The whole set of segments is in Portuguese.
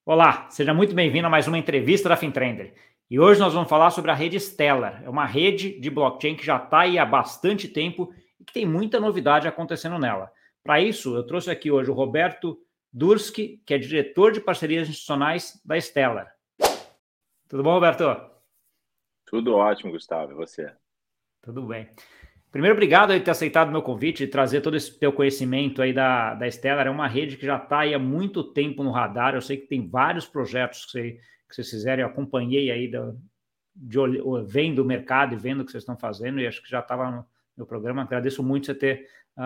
Olá, seja muito bem-vindo a mais uma entrevista da FinTrender. E hoje nós vamos falar sobre a rede Stellar. É uma rede de blockchain que já está aí há bastante tempo e que tem muita novidade acontecendo nela. Para isso, eu trouxe aqui hoje o Roberto Durski, que é diretor de parcerias institucionais da Stellar. Tudo bom, Roberto? Tudo ótimo, Gustavo. E você? Tudo bem. Primeiro, obrigado por ter aceitado o meu convite e trazer todo esse teu conhecimento aí da Stellar. É uma rede que já está aí há muito tempo no radar. Eu sei que tem vários projetos que vocês fizeram. Eu acompanhei aí vendo o mercado e vendo o que vocês estão fazendo e acho que já estava no meu programa. Agradeço muito você ter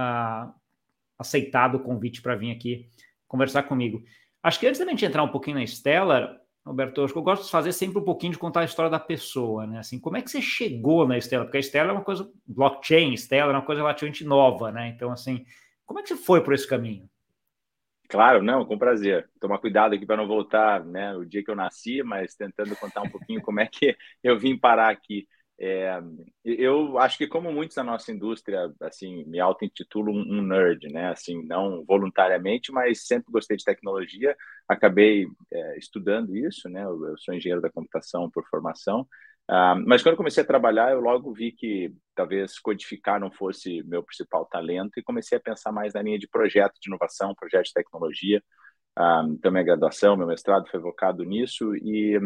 aceitado o convite para vir aqui conversar comigo. Acho que antes da gente entrar um pouquinho na Stellar, Roberto, acho que eu gosto de fazer sempre um pouquinho de contar a história da pessoa, né? Assim, como é que você chegou na Stellar? Porque a Stellar é uma coisa, blockchain, Stellar é uma coisa relativamente nova, né? Então, assim, como é que você foi por esse caminho? Claro, não, com prazer. Tomar cuidado aqui para não voltar, né, o dia que eu nasci, mas tentando contar um pouquinho como é que eu vim parar aqui. É, eu acho que como muitos da nossa indústria, assim, me auto-intitulo um nerd, né? Assim, não voluntariamente, mas sempre gostei de tecnologia. Acabei estudando isso, né? Eu sou engenheiro da computação por formação. Mas quando eu comecei a trabalhar, eu logo vi que talvez codificar não fosse meu principal talento e comecei a pensar mais na linha de projeto de inovação, projeto de tecnologia. Então, minha graduação, meu mestrado foi focado nisso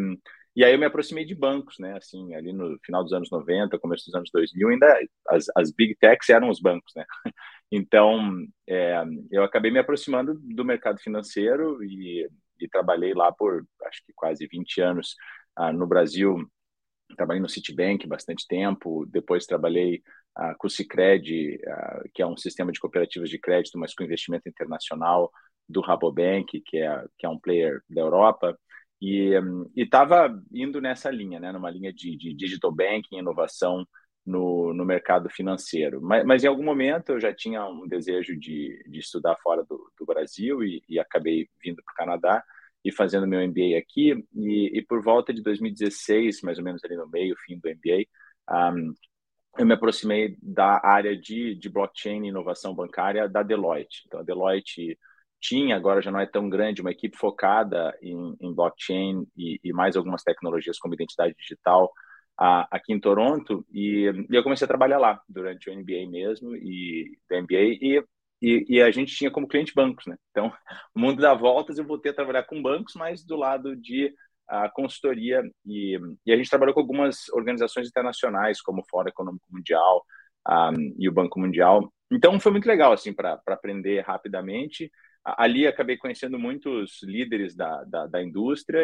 e aí eu me aproximei de bancos, né? Assim, ali no final dos anos 90, começo dos anos 2000, ainda as big techs eram os bancos, né? Então, eu acabei me aproximando do mercado financeiro e trabalhei lá por, acho que quase 20 anos no Brasil. Trabalhei no Citibank bastante tempo, depois trabalhei com o Sicredi, que é um sistema de cooperativas de crédito, mas com investimento internacional, do Rabobank, que é um player da Europa, e estava indo nessa linha, né, numa linha de digital banking, inovação no mercado financeiro. Mas em algum momento eu já tinha um desejo de estudar fora do Brasil e acabei vindo para o Canadá e fazendo meu MBA aqui, e por volta de 2016, mais ou menos ali no meio, fim do MBA, eu me aproximei da área de blockchain e inovação bancária da Deloitte. Então, a Deloitte tinha, agora já não é tão grande, uma equipe focada em blockchain e mais algumas tecnologias como identidade digital aqui em Toronto, e eu comecei a trabalhar lá durante o MBA mesmo, e do MBA, e a gente tinha como cliente bancos, né? Então, o mundo dá voltas, eu voltei a trabalhar com bancos, mas do lado de consultoria, e a gente trabalhou com algumas organizações internacionais, como o Fórum Econômico Mundial e o Banco Mundial. Então, foi muito legal, assim, para aprender rapidamente. Ali, acabei conhecendo muitos líderes da indústria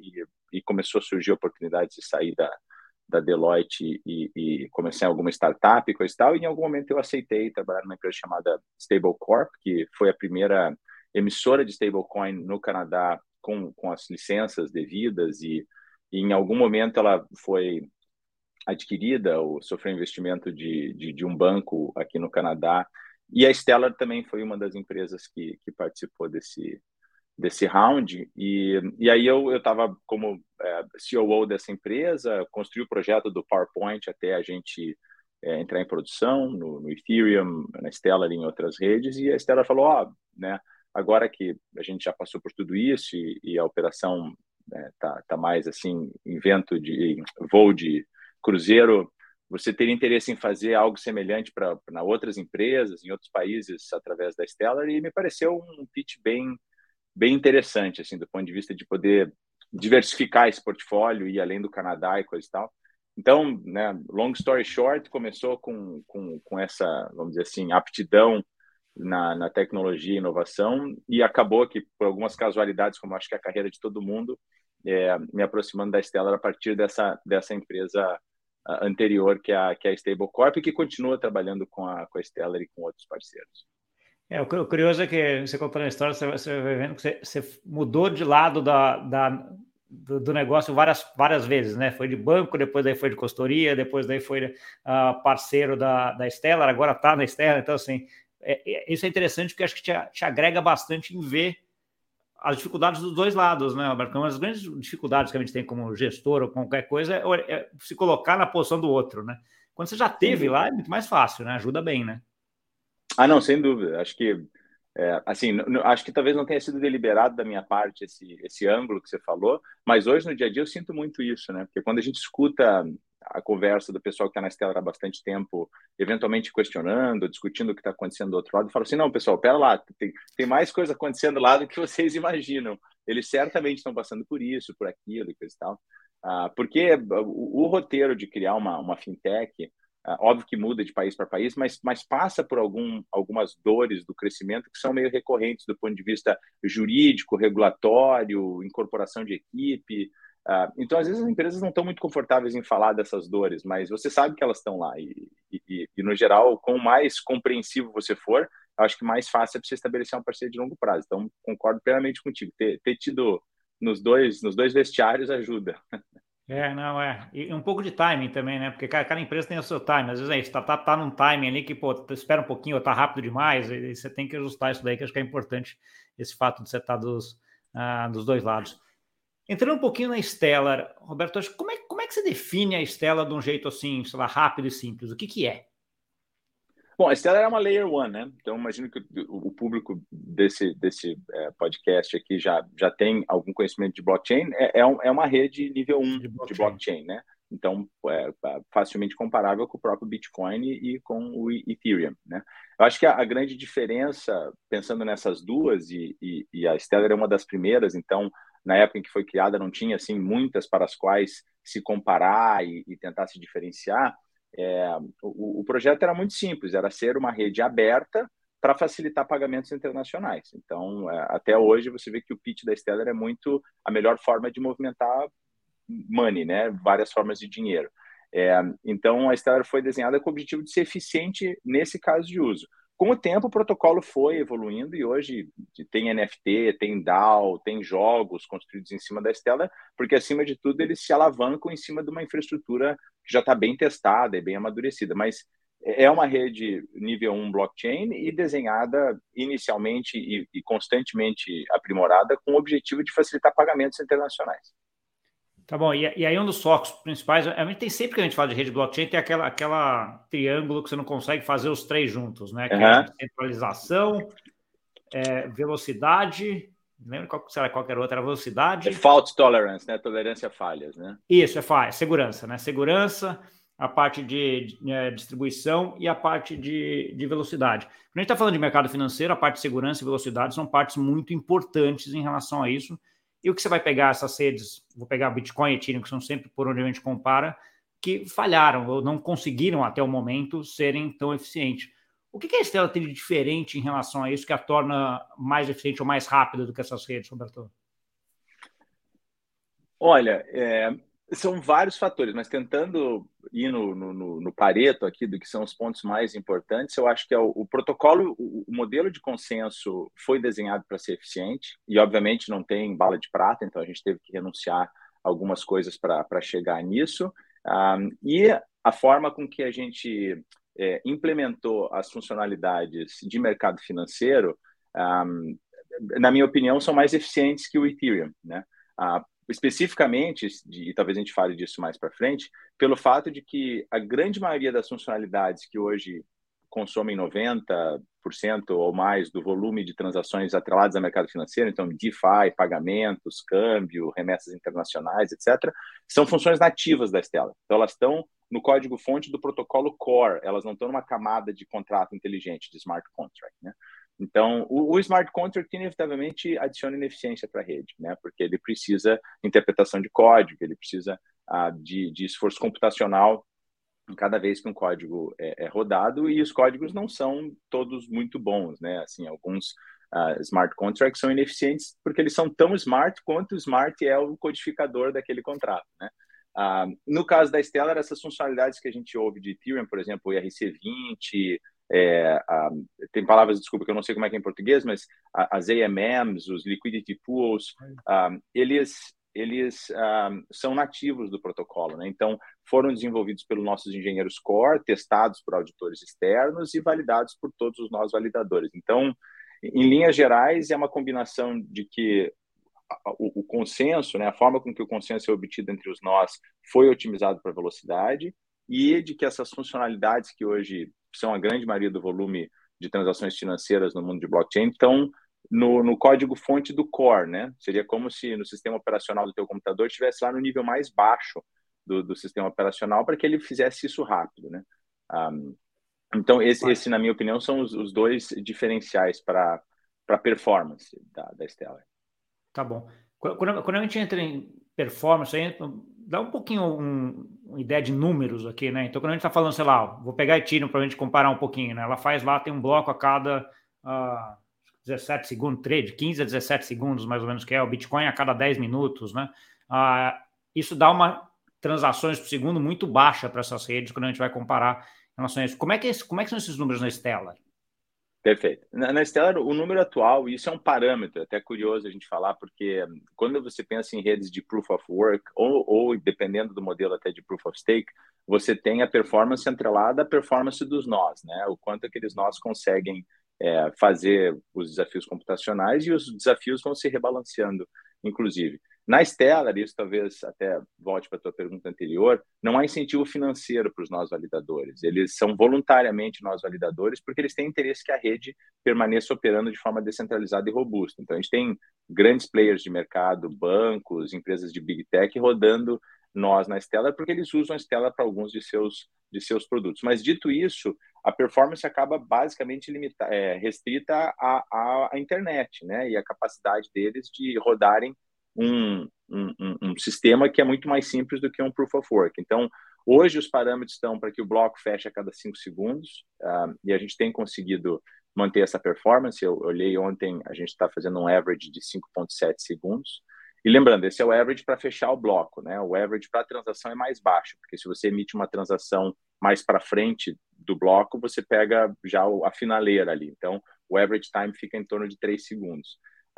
e começou a surgir oportunidades de sair da Deloitte e comecei alguma startup e coisa e tal, e em algum momento eu aceitei trabalhar numa empresa chamada Stablecorp, que foi a primeira emissora de stablecoin no Canadá com as licenças devidas, e em algum momento ela foi adquirida ou sofreu investimento de um banco aqui no Canadá, e a Stellar também foi uma das empresas que participou desse round, e aí eu estava como COO dessa empresa, construí o projeto do PowerPoint até a gente entrar em produção no Ethereum, na Stellar e em outras redes, e a Stellar falou, né, agora que a gente já passou por tudo isso e a operação tá mais assim, em voo de cruzeiro, você teria interesse em fazer algo semelhante para outras empresas, em outros países, através da Stellar, e me pareceu um pitch bem interessante, assim, do ponto de vista de poder diversificar esse portfólio e ir além do Canadá e coisa e tal. Então, né, long story short, começou com essa, vamos dizer assim, aptidão na tecnologia e inovação, e acabou que, por algumas casualidades, como acho que é a carreira de todo mundo, me aproximando da Stellar a partir dessa empresa anterior, que é a Stablecorp, e que continua trabalhando com a Stellar e com outros parceiros. O curioso é que você contando a história, você vai vendo que você mudou de lado do negócio várias vezes, né? Foi de banco, depois daí foi de consultoria, depois daí foi parceiro da Stellar, agora está na Stellar. Então, assim, isso é interessante porque acho que te agrega bastante em ver as dificuldades dos dois lados, né, Alberto? Uma das grandes dificuldades que a gente tem como gestor ou qualquer coisa é se colocar na posição do outro, né? Quando você já Sem teve lá, dúvida. é muito mais fácil, né? Ajuda bem, né? Não, sem dúvida. Acho que Assim, acho que talvez não tenha sido deliberado da minha parte esse ângulo que você falou, mas hoje no dia a dia eu sinto muito isso, né? Porque quando a gente escuta a conversa do pessoal que está na Stellar há bastante tempo, eventualmente questionando, discutindo o que está acontecendo do outro lado, fala assim, não, pessoal, pera lá, tem mais coisa acontecendo lá do que vocês imaginam. Eles certamente estão passando por isso, por aquilo e coisa e tal. Porque o roteiro de criar uma fintech, óbvio que muda de país para país, mas passa por algumas dores do crescimento que são meio recorrentes do ponto de vista jurídico, regulatório, incorporação de equipe. Então, às vezes, as empresas não estão muito confortáveis em falar dessas dores, mas você sabe que elas estão lá. E, no geral, quanto mais compreensivo você for, acho que mais fácil é para você estabelecer uma parceria de longo prazo. Então, concordo plenamente contigo. Ter tido nos dois vestiários ajuda. Não, E um pouco de timing também, né? Porque cada empresa tem o seu timing. Às vezes a startup tá num timing ali que, pô, espera um pouquinho, ou tá rápido demais, e você tem que ajustar isso daí, que acho que é importante esse fato de você estar dos dois lados. Entrando um pouquinho na Stellar, Roberto, como é que você define a Stellar de um jeito assim, sei lá, rápido e simples? O que é? Bom, a Stellar é uma Layer One, né? Então, imagino que o público desse podcast aqui já tem algum conhecimento de blockchain. É uma rede nível um De de blockchain. blockchain, né? Então, facilmente comparável com o próprio Bitcoin e com o Ethereum, né? Eu acho que a grande diferença, pensando nessas duas, e a Stellar é uma das primeiras, então, na época em que foi criada, não tinha, assim, muitas para as quais se comparar e tentar se diferenciar. O projeto era muito simples, era ser uma rede aberta para facilitar pagamentos internacionais. Então, até hoje, você vê que o pitch da Stellar é muito a melhor forma de movimentar money, né? Várias formas de dinheiro. Então, a Stellar foi desenhada com o objetivo de ser eficiente nesse caso de uso. Com o tempo, o protocolo foi evoluindo e hoje tem NFT, tem DAO, tem jogos construídos em cima da Stellar, porque, acima de tudo, eles se alavancam em cima de uma infraestrutura que já está bem testada e bem amadurecida. Mas é uma rede nível 1 blockchain e desenhada inicialmente e constantemente aprimorada com o objetivo de facilitar pagamentos internacionais. Tá bom, e aí um dos focos principais, a gente tem sempre que a gente fala de rede blockchain, tem aquela triângulo que você não consegue fazer os três juntos, né? Que é descentralização, velocidade, não lembro qual era outra, era velocidade. Fault tolerance, né? Tolerância a falhas, né? Isso, segurança, né? Segurança, a parte de distribuição e a parte de velocidade. Quando a gente está falando de mercado financeiro, a parte de segurança e velocidade são partes muito importantes em relação a isso. E o que você vai pegar essas redes, vou pegar Bitcoin e Ethereum, que são sempre por onde a gente compara, que falharam ou não conseguiram até o momento serem tão eficientes. O que a Stellar tem de diferente em relação a isso que a torna mais eficiente ou mais rápida do que essas redes, Roberto? Olha, são vários fatores, mas tentando ir no Pareto aqui do que são os pontos mais importantes, eu acho que o protocolo, o modelo de consenso foi desenhado para ser eficiente e, obviamente, não tem bala de prata, então a gente teve que renunciar a algumas coisas para chegar nisso. E a forma com que a gente implementou as funcionalidades de mercado financeiro, na minha opinião, são mais eficientes que o Ethereum, né? Especificamente, e talvez a gente fale disso mais para frente, pelo fato de que a grande maioria das funcionalidades que hoje consomem 90% ou mais do volume de transações atreladas ao mercado financeiro, então DeFi, pagamentos, câmbio, remessas internacionais, etc., são funções nativas da Stellar. Então, elas estão no código-fonte do protocolo Core, elas não estão numa camada de contrato inteligente, de smart contract, né? Então, o smart contract inevitavelmente adiciona ineficiência para a rede, né? Porque ele precisa de interpretação de código, ele precisa de esforço computacional cada vez que um código é rodado, e os códigos não são todos muito bons, né? Assim, alguns smart contracts são ineficientes porque eles são tão smart quanto o smart é o codificador daquele contrato, né? No caso da Stellar, essas funcionalidades que a gente ouve de Ethereum, por exemplo, o ERC20, tem palavras, desculpa, que eu não sei como é que é em português, mas as AMMs, os Liquidity Pools, eles são nativos do protocolo, né? Então, foram desenvolvidos pelos nossos engenheiros core, testados por auditores externos e validados por todos os nossos validadores. Então, em linhas gerais, é uma combinação de que o consenso, né, a forma com que o consenso é obtido entre os nós foi otimizado para velocidade e de que essas funcionalidades que hoje são a grande maioria do volume de transações financeiras no mundo de blockchain estão no código-fonte do core, né? Seria como se no sistema operacional do teu computador estivesse lá no nível mais baixo do sistema operacional para que ele fizesse isso rápido, né? Então, esse, na minha opinião, são os dois diferenciais para a performance da Stellar. Tá bom. Quando a gente entra em performance, aí, dá um pouquinho uma ideia de números aqui, né? Então, quando a gente está falando, sei lá, vou pegar a Ethereum para a gente comparar um pouquinho, né? Ela faz lá, tem um bloco a cada 17 segundos, trade, 15 a 17 segundos, mais ou menos, que é o Bitcoin a cada 10 minutos, né? Isso dá uma transações por segundo muito baixa para essas redes quando a gente vai comparar em relação a isso. Como é que são esses números na Stellar? Perfeito. Na Stellar, o número atual, isso é um parâmetro, até curioso a gente falar, porque quando você pensa em redes de Proof of Work, ou dependendo do modelo até de Proof of Stake, você tem a performance atrelada à performance dos nós, né? O quanto aqueles nós conseguem fazer os desafios computacionais, e os desafios vão se rebalanceando, inclusive. Na Stellar, isso talvez até volte para a tua pergunta anterior, não há incentivo financeiro para os nós validadores. Eles são voluntariamente nós validadores porque eles têm interesse que a rede permaneça operando de forma descentralizada e robusta. Então, a gente tem grandes players de mercado, bancos, empresas de Big Tech rodando nós na Stellar porque eles usam a Stellar para alguns de seus produtos. Mas, dito isso, a performance acaba basicamente restrita à internet, né? E a capacidade deles de rodarem um sistema que é muito mais simples do que um Proof of Work. Então, hoje os parâmetros estão para que o bloco feche a cada 5 segundos, e a gente tem conseguido manter essa performance. Eu olhei ontem, a gente está fazendo um average de 5,7 segundos. E lembrando, esse é o average para fechar o bloco, né? O average para a transação é mais baixo, porque se você emite uma transação mais para frente do bloco, você pega já a finaleira ali. Então, o average time fica em torno de 3 segundos.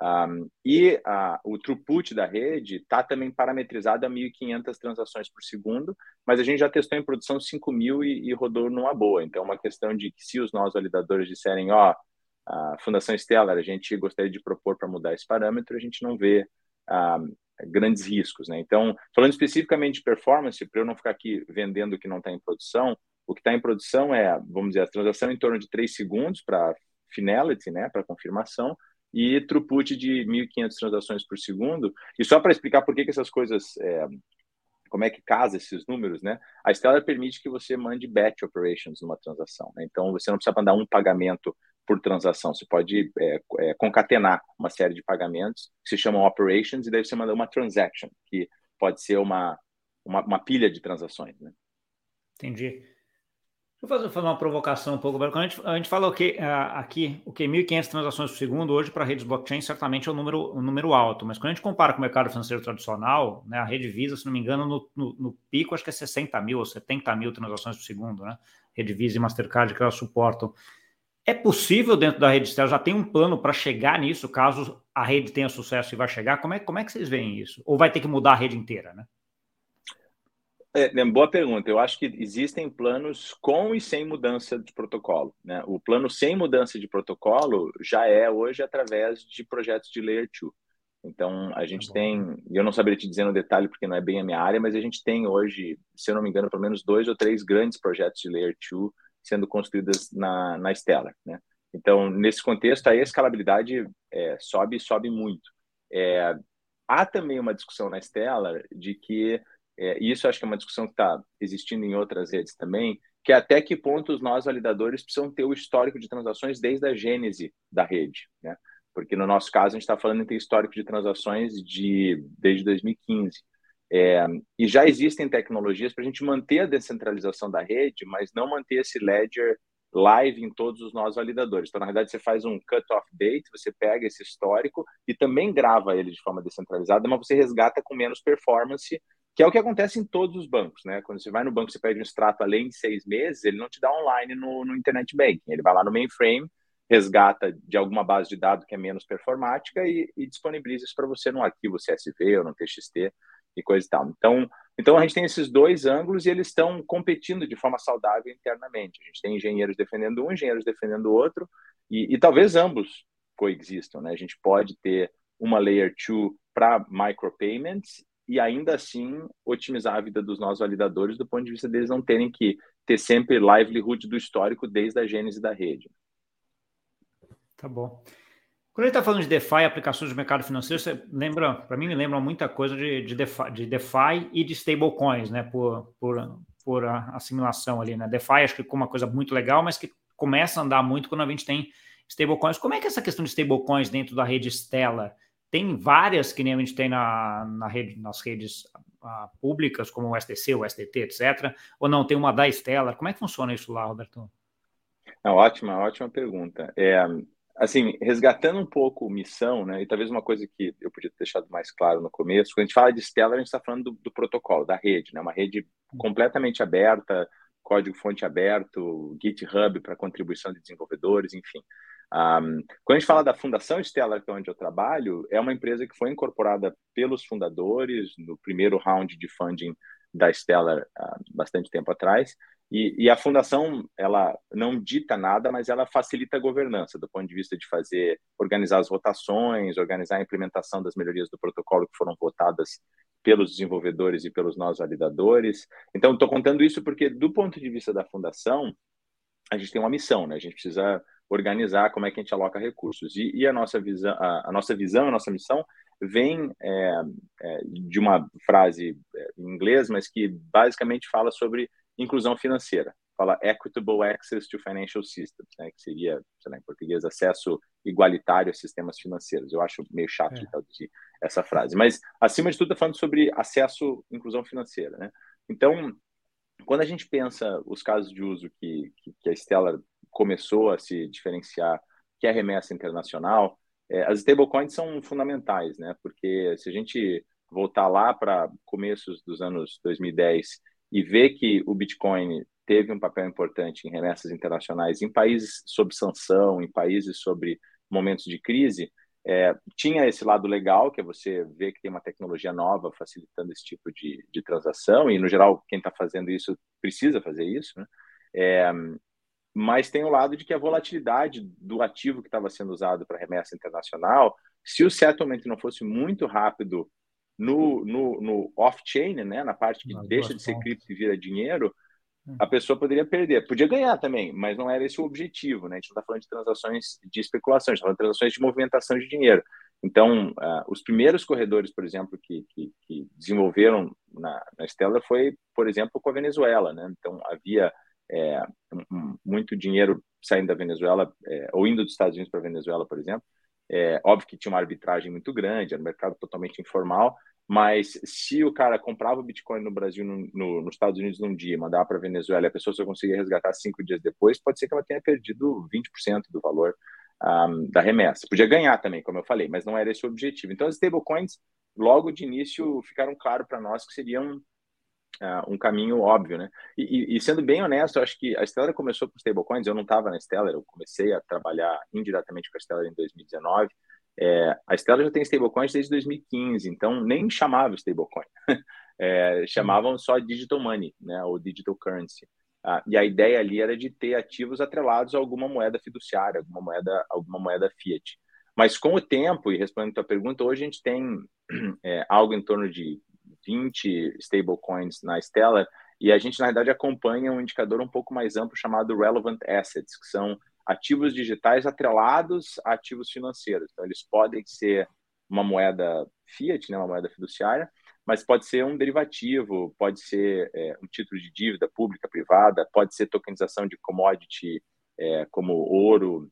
O throughput da rede está também parametrizado a 1.500 transações por segundo, mas a gente já testou em produção 5.000 e rodou numa boa. Então, é uma questão de que se os nós validadores disserem, a Fundação Stellar, a gente gostaria de propor para mudar esse parâmetro, a gente não vê grandes riscos, né? Então, falando especificamente de performance, para eu não ficar aqui vendendo o que não está em produção, o que está em produção é, vamos dizer, a transação em torno de 3 segundos para finality, né, para confirmação, e throughput de 1.500 transações por segundo. E só para explicar por que essas coisas, como é que casa esses números, né? A Stellar permite que você mande batch operations numa transação, né? Então, você não precisa mandar um pagamento por transação. Você pode concatenar uma série de pagamentos que se chamam operations, e daí você manda uma transaction, que pode ser uma pilha de transações, né? Entendi. Deixa eu fazer uma provocação um pouco. Quando a gente falou que aqui, 1.500 transações por segundo, hoje para redes blockchain, certamente é um número alto, mas quando a gente compara com o mercado financeiro tradicional, né, a rede Visa, se não me engano, no pico, acho que é 60 mil ou 70 mil transações por segundo, né? Rede Visa e Mastercard que elas suportam. É possível dentro da rede Stellar, já tem um plano para chegar nisso, caso a rede tenha sucesso e vai chegar? Como é que vocês veem isso? Ou vai ter que mudar a rede inteira, né? Boa pergunta. Eu acho que existem planos com e sem mudança de protocolo, né? O plano sem mudança de protocolo já é hoje através de projetos de Layer 2. Então, a gente tem, e eu não saberia te dizer no detalhe porque não é bem a minha área, mas a gente tem hoje, se eu não me engano, pelo menos 2 ou 3 grandes projetos de Layer 2 sendo construídos na Stellar, né? Então, nesse contexto, a escalabilidade sobe muito. Há também uma discussão na Stellar de que, e isso acho que é uma discussão que está existindo em outras redes também, que é até que ponto os nós validadores precisam ter o histórico de transações desde a gênese da rede, né? Porque no nosso caso a gente está falando em ter histórico de transações desde 2015. E já existem tecnologias para a gente manter a descentralização da rede, mas não manter esse ledger live em todos os nós validadores. Então, na verdade, você faz um cut-off date, você pega esse histórico e também grava ele de forma descentralizada, mas você resgata com menos performance, que é o que acontece em todos os bancos, né? Quando você vai no banco, você pede um extrato além de 6 meses, ele não te dá online no internet banking. Ele vai lá no mainframe, resgata de alguma base de dados que é menos performática e disponibiliza isso para você num arquivo CSV ou no TXT e coisa e tal. Então, a gente tem esses dois ângulos e eles estão competindo de forma saudável internamente. A gente tem engenheiros defendendo um, engenheiros defendendo o outro, e talvez ambos coexistam, né? A gente pode ter uma Layer 2 para micropayments e ainda assim otimizar a vida dos nossos validadores do ponto de vista deles não terem que ter sempre livelihood do histórico desde a gênese da rede. Tá bom. Quando a gente está falando de DeFi, aplicações de mercado financeiro, você lembra, para mim, me lembra muita coisa de DeFi e de stablecoins, né? Por assimilação ali, né? DeFi acho que é uma coisa muito legal, mas que começa a andar muito quando a gente tem stablecoins. Como é que é essa questão de stablecoins dentro da rede Stellar? Tem várias que nem a gente tem nas redes públicas, como o STC, o STT, etc. Ou não, tem uma da Stellar. Como é que funciona isso lá, Roberto? Ótima pergunta. Assim, resgatando um pouco missão, né? E talvez uma coisa que eu podia ter deixado mais claro no começo, quando a gente fala de Stellar, a gente está falando do protocolo, da rede, né? Uma rede completamente aberta, código-fonte aberto, GitHub para contribuição de desenvolvedores, enfim. Quando a gente fala da Fundação Stellar, que é onde eu trabalho, é uma empresa que foi incorporada pelos fundadores no primeiro round de funding da Stellar bastante tempo atrás. E a fundação, ela não dita nada, mas ela facilita a governança do ponto de vista de organizar as votações, organizar a implementação das melhorias do protocolo que foram votadas pelos desenvolvedores e pelos nós validadores. Então, estou contando isso porque, do ponto de vista da fundação, a gente tem uma missão, né? A gente precisa organizar como é que a gente aloca recursos. E a nossa visão, a nossa missão vem de uma frase em inglês, mas que basicamente fala sobre inclusão financeira. Fala Equitable Access to Financial Systems, né, que seria, sei lá, em português, acesso igualitário a sistemas financeiros. Eu acho meio chato de traduzir essa frase. Mas, acima de tudo, está falando sobre acesso à inclusão financeira, né? Então, quando a gente pensa os casos de uso que a Stellar começou a se diferenciar, que é a remessa internacional, as stablecoins são fundamentais, né? Porque se a gente voltar lá para começos dos anos 2010 e ver que o Bitcoin teve um papel importante em remessas internacionais em países sob sanção, em países sobre momentos de crise, tinha esse lado legal, que é você ver que tem uma tecnologia nova facilitando esse tipo de transação, e no geral quem está fazendo isso precisa fazer isso, né? Mas tem o lado de que a volatilidade do ativo que estava sendo usado para remessa internacional, se o settlement não fosse muito rápido no off-chain, né, na parte que deixa de ser cripto e vira dinheiro, a pessoa poderia perder. Podia ganhar também, mas não era esse o objetivo, né? A gente não está falando de transações de especulação, a gente está falando de transações de movimentação de dinheiro. Então, os primeiros corredores, por exemplo, que desenvolveram na Stellar foi, por exemplo, com a Venezuela, né? Então, havia muito dinheiro saindo da Venezuela, ou indo dos Estados Unidos para a Venezuela, por exemplo. Óbvio que tinha uma arbitragem muito grande, era um mercado totalmente informal, mas se o cara comprava o Bitcoin no Brasil, nos Estados Unidos num dia, mandava para a Venezuela e a pessoa só conseguia resgatar 5 dias depois, pode ser que ela tenha perdido 20% do valor da remessa. Podia ganhar também, como eu falei, mas não era esse o objetivo. Então, as stablecoins, logo de início, ficaram claro para nós que seriam um caminho óbvio, né? E sendo bem honesto, eu acho que a Stellar começou com stablecoins, eu não estava na Stellar, eu comecei a trabalhar indiretamente com a Stellar em 2019. A Stellar já tem stablecoins desde 2015, então nem chamava stablecoin. Chamavam só digital money, né, ou digital currency. E a ideia ali era de ter ativos atrelados a alguma moeda fiduciária, alguma moeda fiat. Mas com o tempo, e respondendo a tua pergunta, hoje a gente tem algo em torno de 20 stablecoins na Stellar, e a gente, na verdade, acompanha um indicador um pouco mais amplo chamado Relevant Assets, que são ativos digitais atrelados a ativos financeiros. Então, eles podem ser uma moeda fiat, né, uma moeda fiduciária, mas pode ser um derivativo, pode ser um título de dívida pública, privada, pode ser tokenização de commodity, como ouro,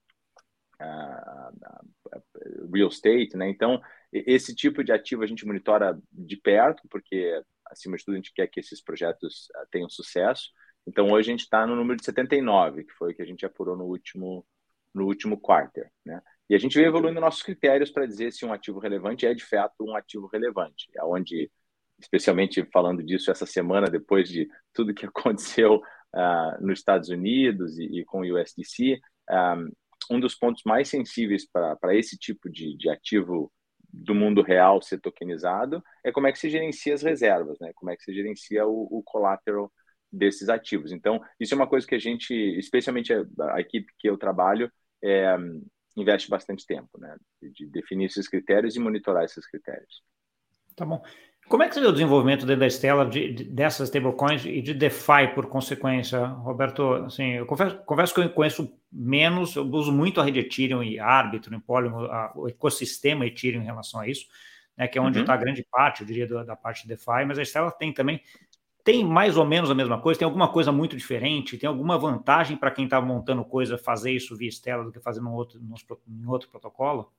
real estate, né? Então, esse tipo de ativo a gente monitora de perto, porque, acima de tudo, a gente quer que esses projetos tenham sucesso. Então, hoje a gente está no número de 79, que foi o que a gente apurou no último quarter, né? E a gente vem evoluindo nossos critérios para dizer se um ativo relevante é, de fato, um ativo relevante. É onde, especialmente falando disso essa semana, depois de tudo que aconteceu nos Estados Unidos e com o USDC, um dos pontos mais sensíveis para esse tipo de ativo do mundo real ser tokenizado é como é que se gerencia as reservas, né? Como é que se gerencia o collateral desses ativos. Então, isso é uma coisa que a gente, especialmente a equipe que eu trabalho, investe bastante tempo, né? De definir esses critérios e monitorar esses critérios. Tá bom. Como é que você vê o desenvolvimento dentro da Stellar dessas stablecoins e de DeFi por consequência, Roberto? Assim, eu confesso que eu conheço menos, eu uso muito a rede Ethereum e Arbitrum, Polygon, o ecossistema Ethereum em relação a isso, né, que é onde está grande parte, eu diria, da parte de DeFi, mas a Stellar tem também, tem mais ou menos a mesma coisa, tem alguma coisa muito diferente, tem alguma vantagem para quem está montando coisa fazer isso via Stellar do que fazer em outro protocolo?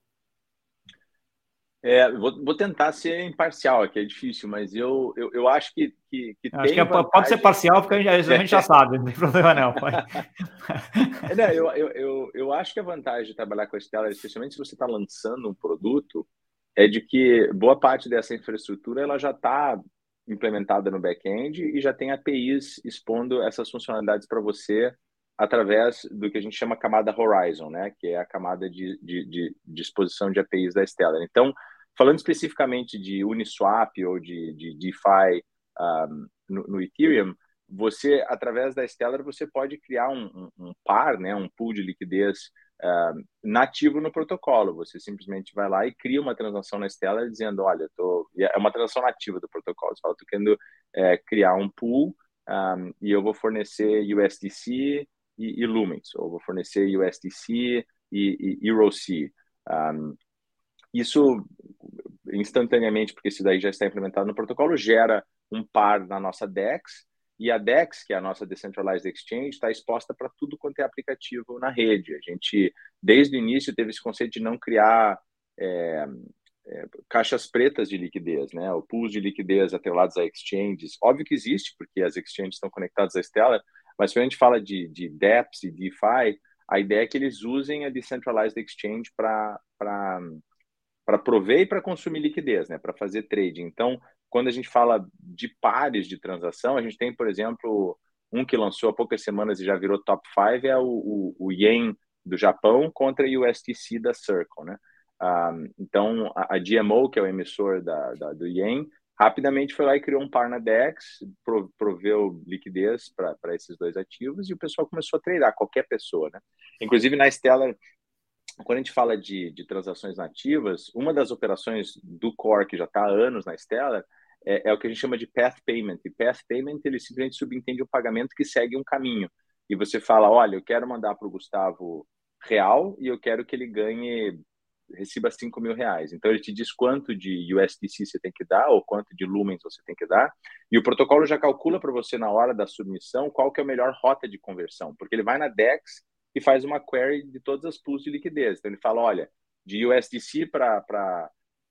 Vou tentar ser imparcial aqui, é difícil, mas eu acho que Acho tem que pode ser vantagem. parcial, porque a gente já sabe, não tem problema não. Não, eu acho que a vantagem de trabalhar com a Stellar, especialmente se você está lançando um produto, é de que boa parte dessa infraestrutura ela já está implementada no back-end e já tem APIs expondo essas funcionalidades para você através do que a gente chama camada Horizon, né? Que é a camada de exposição de APIs da Stellar. Então, falando especificamente de Uniswap ou de DeFi no Ethereum, você, através da Stellar, você pode criar um par, né, um pool de liquidez nativo no protocolo. Você simplesmente vai lá e cria uma transação na Stellar dizendo, olha, é uma transação nativa do protocolo. Você fala, estou querendo criar um pool e eu vou fornecer USDC e Lumens, ou vou fornecer USDC e EURC. Isso instantaneamente, porque isso daí já está implementado no protocolo, gera um par na nossa DEX, e a DEX, que é a nossa Decentralized Exchange, está exposta para tudo quanto é aplicativo na rede. A gente, desde o início, teve esse conceito de não criar caixas pretas de liquidez, né? O pools de liquidez atrelados a exchanges. Óbvio que existe, porque as exchanges estão conectadas à Stellar, mas quando a gente fala de DEPs e DeFi, a ideia é que eles usem a Decentralized Exchange para prover e para consumir liquidez, né? Para fazer trading. Então, quando a gente fala de pares de transação, a gente tem, por exemplo, um que lançou há poucas semanas e já virou top 5, é o Yen do Japão contra a USDC da Circle, né? Então, a GMO, que é o emissor do Yen, rapidamente foi lá e criou um par na DEX, proveu liquidez para esses dois ativos e o pessoal começou a tradar, qualquer pessoa, né? Inclusive, na Stellar, quando a gente fala de transações nativas, uma das operações do Core, que já está há anos na Stellar, é o que a gente chama de Path Payment. E Path Payment, ele simplesmente subentende um pagamento que segue um caminho. E você fala, olha, eu quero mandar para o Gustavo real e eu quero que ele receba R$ 5.000. Então, ele te diz quanto de USDC você tem que dar ou quanto de lumens você tem que dar. E o protocolo já calcula para você, na hora da submissão, qual que é a melhor rota de conversão. Porque ele vai na DEX e faz uma query de todas as pools de liquidez. Então, ele fala, olha, de USDC para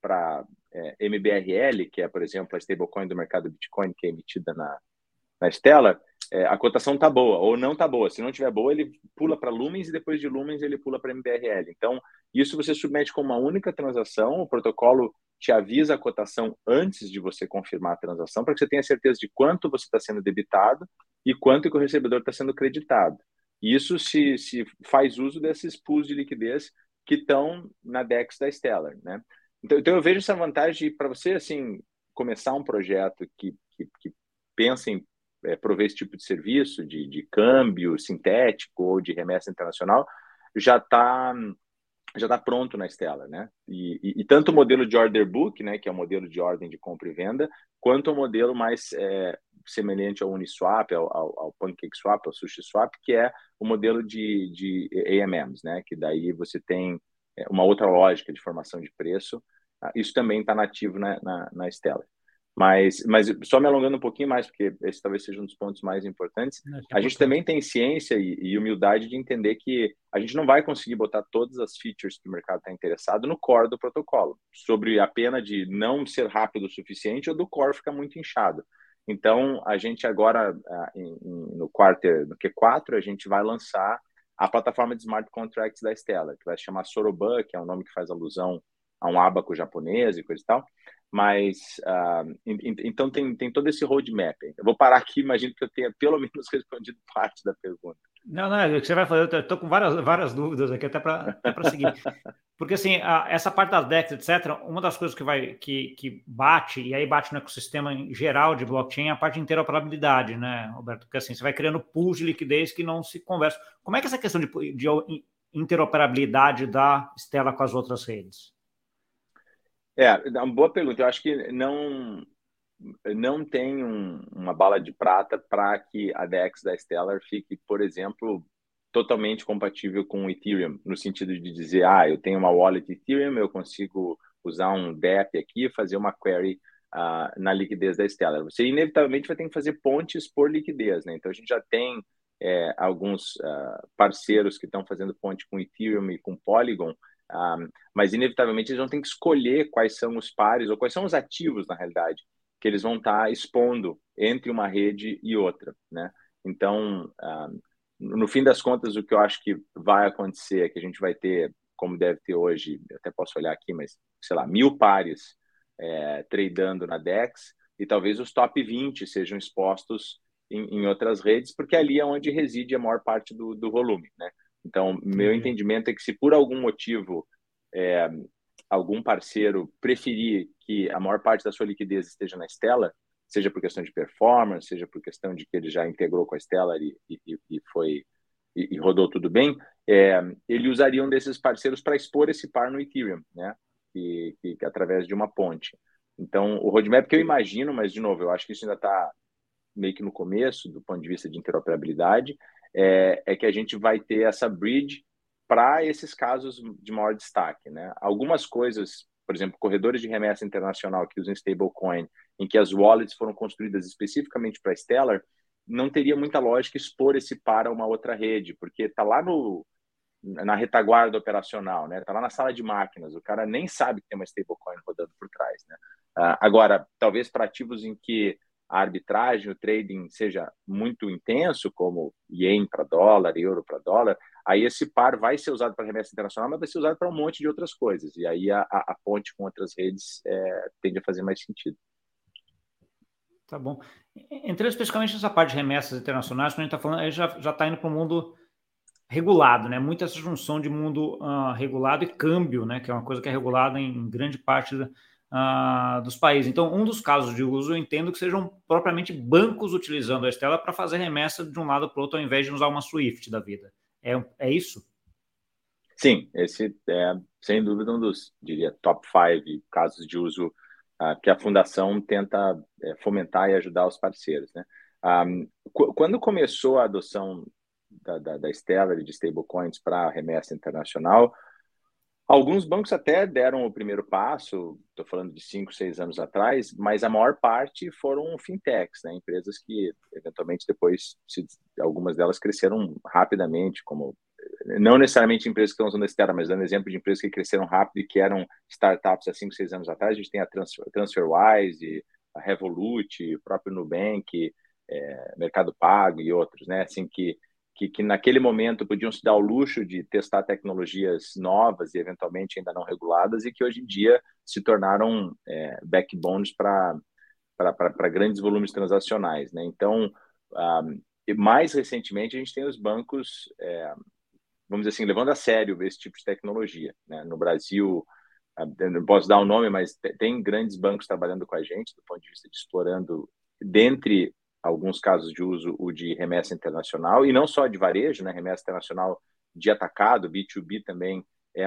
MBRL, que é, por exemplo, a stablecoin do mercado Bitcoin, que é emitida na Stellar, a cotação está boa ou não está boa. Se não estiver boa, ele pula para Lumens e depois de Lumens ele pula para MBRL. Então, isso você submete como uma única transação, o protocolo te avisa a cotação antes de você confirmar a transação, para que você tenha certeza de quanto você está sendo debitado e quanto que o recebedor está sendo creditado. E isso se faz uso desses pools de liquidez que estão na DEX da Stellar, né? Então eu vejo essa vantagem para você, assim, começar um projeto que pensa em prover esse tipo de serviço, de câmbio sintético ou de remessa internacional, já está pronto na Stellar, né? E tanto o modelo de order book, né, que é o modelo de ordem de compra e venda, quanto o modelo mais semelhante ao Uniswap, ao PancakeSwap, ao SushiSwap, que é o modelo de AMMs, né? Que daí você tem uma outra lógica de formação de preço. Isso também está nativo na Stellar. Mas só me alongando um pouquinho mais, porque esse talvez seja um dos pontos mais importantes, a gente também tem ciência e humildade de entender que a gente não vai conseguir botar todas as features que o mercado está interessado no core do protocolo, sobre a pena de não ser rápido o suficiente ou do core ficar muito inchado. Então, a gente agora, no Q4, a gente vai lançar a plataforma de smart contracts da Stellar, que vai se chamar Soroban, que é um nome que faz alusão a um ábaco japonês e coisa e tal. Mas, então, tem todo esse roadmap. Eu vou parar aqui, imagino que eu tenha pelo menos respondido parte da pergunta. Não, é o que você vai fazer. Eu estou com várias dúvidas aqui, até para seguir. Porque, assim, essa parte das DEX, etc., uma das coisas que bate, e aí bate no ecossistema em geral de blockchain, é a parte de interoperabilidade, né, Roberto? Porque, assim, você vai criando pools de liquidez que não se conversam. Como é que é essa questão de interoperabilidade da Stellar com as outras redes? É uma boa pergunta. Eu acho que não não tem uma bala de prata para que a DEX da Stellar fique, por exemplo, totalmente compatível com o Ethereum, no sentido de dizer, eu tenho uma wallet Ethereum, eu consigo usar um DEP aqui e fazer uma query na liquidez da Stellar. Você inevitavelmente vai ter que fazer pontes por liquidez, né? Então a gente já tem alguns parceiros que estão fazendo ponte com Ethereum e com Polygon, mas inevitavelmente eles vão ter que escolher quais são os pares ou quais são os ativos, na realidade, que eles vão estar expondo entre uma rede e outra, né? Então, no fim das contas, o que eu acho que vai acontecer é que a gente vai ter, como deve ter hoje, eu até posso olhar aqui, mas, sei lá, 1.000 pares tradando na DEX, e talvez os top 20 sejam expostos em outras redes, porque ali é onde reside a maior parte do volume, né? Então, meu entendimento é que se por algum motivo algum parceiro preferir que a maior parte da sua liquidez esteja na Stellar, seja por questão de performance, seja por questão de que ele já integrou com a Stellar e rodou tudo bem, ele usaria um desses parceiros para expor esse par no Ethereum, né? Que através de uma ponte. Então, o roadmap que eu imagino, mas de novo, eu acho que isso ainda está meio que no começo, do ponto de vista de interoperabilidade, é que a gente vai ter essa bridge para esses casos de maior destaque, né? Algumas coisas, por exemplo, corredores de remessa internacional que usam stablecoin, em que as wallets foram construídas especificamente para Stellar, não teria muita lógica expor esse par a uma outra rede, porque está lá na retaguarda operacional, né? Está lá na sala de máquinas, o cara nem sabe que tem uma stablecoin rodando por trás, né? Agora, talvez para ativos em que a arbitragem, o trading seja muito intenso, como ien para dólar, euro para dólar, aí esse par vai ser usado para remessa internacional, mas vai ser usado para um monte de outras coisas. E aí a ponte com outras redes tende a fazer mais sentido. Tá bom. Entrando especificamente nessa parte de remessas internacionais, quando a gente está falando, aí já está indo para o mundo regulado, né? Muita essa junção de mundo regulado e câmbio, né? Que é uma coisa que é regulada em grande parte dos países. Então, um dos casos de uso, eu entendo que sejam propriamente bancos utilizando a Stellar para fazer remessa de um lado para o outro, ao invés de usar uma Swift da vida. É isso? Sim, esse é, sem dúvida, um dos, diria, top 5 casos de uso que a fundação tenta fomentar e ajudar os parceiros, né? Quando começou a adoção da Stellar e de stablecoins para a remessa internacional, alguns bancos até deram o primeiro passo, estou falando de 5, 6 anos atrás, mas a maior parte foram fintechs, né? Empresas que, eventualmente, depois, algumas delas cresceram rapidamente, como não necessariamente empresas que estão usando esse termo, mas dando exemplo de empresas que cresceram rápido e que eram startups há 5, 6 anos atrás. A gente tem a TransferWise, a Revolut, o próprio Nubank, Mercado Pago e outros, né? Assim, que naquele momento podiam se dar o luxo de testar tecnologias novas e eventualmente ainda não reguladas, e que hoje em dia se tornaram backbones para grandes volumes transacionais, né? Então, mais recentemente, a gente tem os bancos, vamos dizer assim, levando a sério esse tipo de tecnologia, né? No Brasil, não posso dar o nome, mas tem grandes bancos trabalhando com a gente, do ponto de vista de explorando, dentre alguns casos de uso, o de remessa internacional, e não só de varejo, né? Remessa internacional de atacado, B2B também é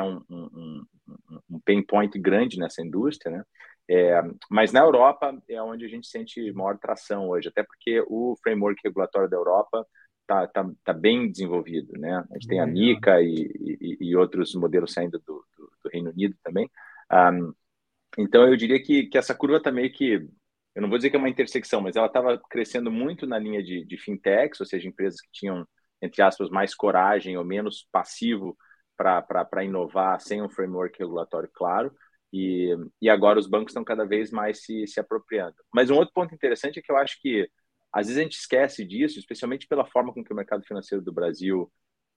um pain point grande nessa indústria, né? Mas na Europa é onde a gente sente maior tração hoje, até porque o framework regulatório da Europa tá bem desenvolvido, né? A gente tem a MiCA e outros modelos saindo do Reino Unido também. Então, eu diria que essa curva está meio que, eu não vou dizer que é uma intersecção, mas ela estava crescendo muito na linha de fintechs, ou seja, empresas que tinham, entre aspas, mais coragem ou menos passivo para inovar sem um framework regulatório claro. E agora os bancos estão cada vez mais se apropriando. Mas um outro ponto interessante é que eu acho que às vezes a gente esquece disso, especialmente pela forma com que o mercado financeiro do Brasil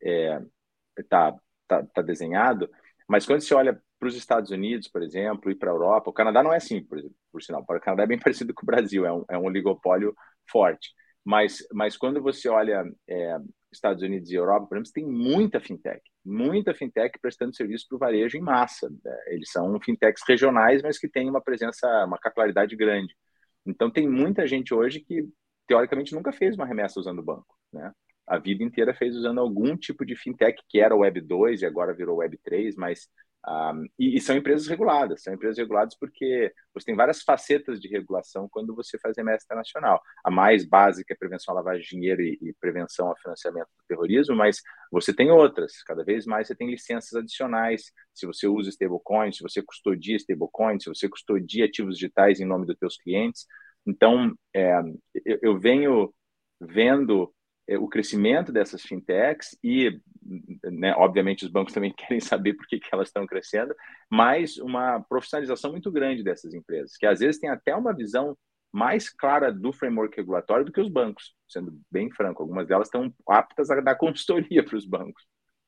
tá desenhado, mas quando você olha para os Estados Unidos, por exemplo, e para a Europa, o Canadá não é assim, por sinal. O Canadá é bem parecido com o Brasil, é um oligopólio forte. Mas quando você olha Estados Unidos e Europa, por exemplo, você tem muita fintech prestando serviço para o varejo em massa. Eles são fintechs regionais, mas que têm uma presença, uma capilaridade grande. Então, tem muita gente hoje que, teoricamente, nunca fez uma remessa usando o banco, né? A vida inteira fez usando algum tipo de fintech, que era Web 2 e agora virou Web 3, mas E são empresas reguladas porque você tem várias facetas de regulação quando você faz remessa internacional. A mais básica é prevenção à lavagem de dinheiro e prevenção ao financiamento do terrorismo, mas você tem outras. Cada vez mais você tem licenças adicionais. Se você usa stablecoins, se você custodia stablecoins, se você custodia ativos digitais em nome dos teus clientes. Então, eu venho vendo o crescimento dessas fintechs e, né, obviamente, os bancos também querem saber por que elas estão crescendo, mas uma profissionalização muito grande dessas empresas, que às vezes tem até uma visão mais clara do framework regulatório do que os bancos, sendo bem franco. Algumas delas estão aptas a dar consultoria para os bancos.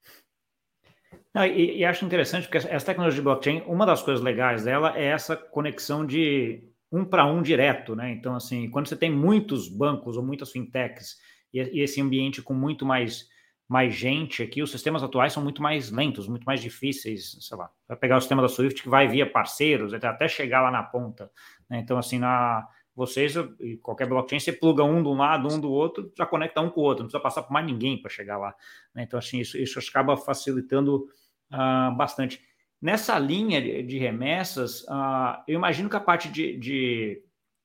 Não, e acho interessante porque essa tecnologia de blockchain, uma das coisas legais dela é essa conexão de um para um direto, né? Então, assim, quando você tem muitos bancos ou muitas fintechs e esse ambiente com muito mais gente aqui, os sistemas atuais são muito mais lentos, muito mais difíceis, sei lá, vai pegar o sistema da Swift que vai via parceiros, até chegar lá na ponta, né? Então, assim, vocês, qualquer blockchain, você pluga um de um lado, um do outro, já conecta um com o outro, não precisa passar por mais ninguém para chegar lá, né? Então, assim, isso acaba facilitando bastante. Nessa linha de remessas, eu imagino que a parte de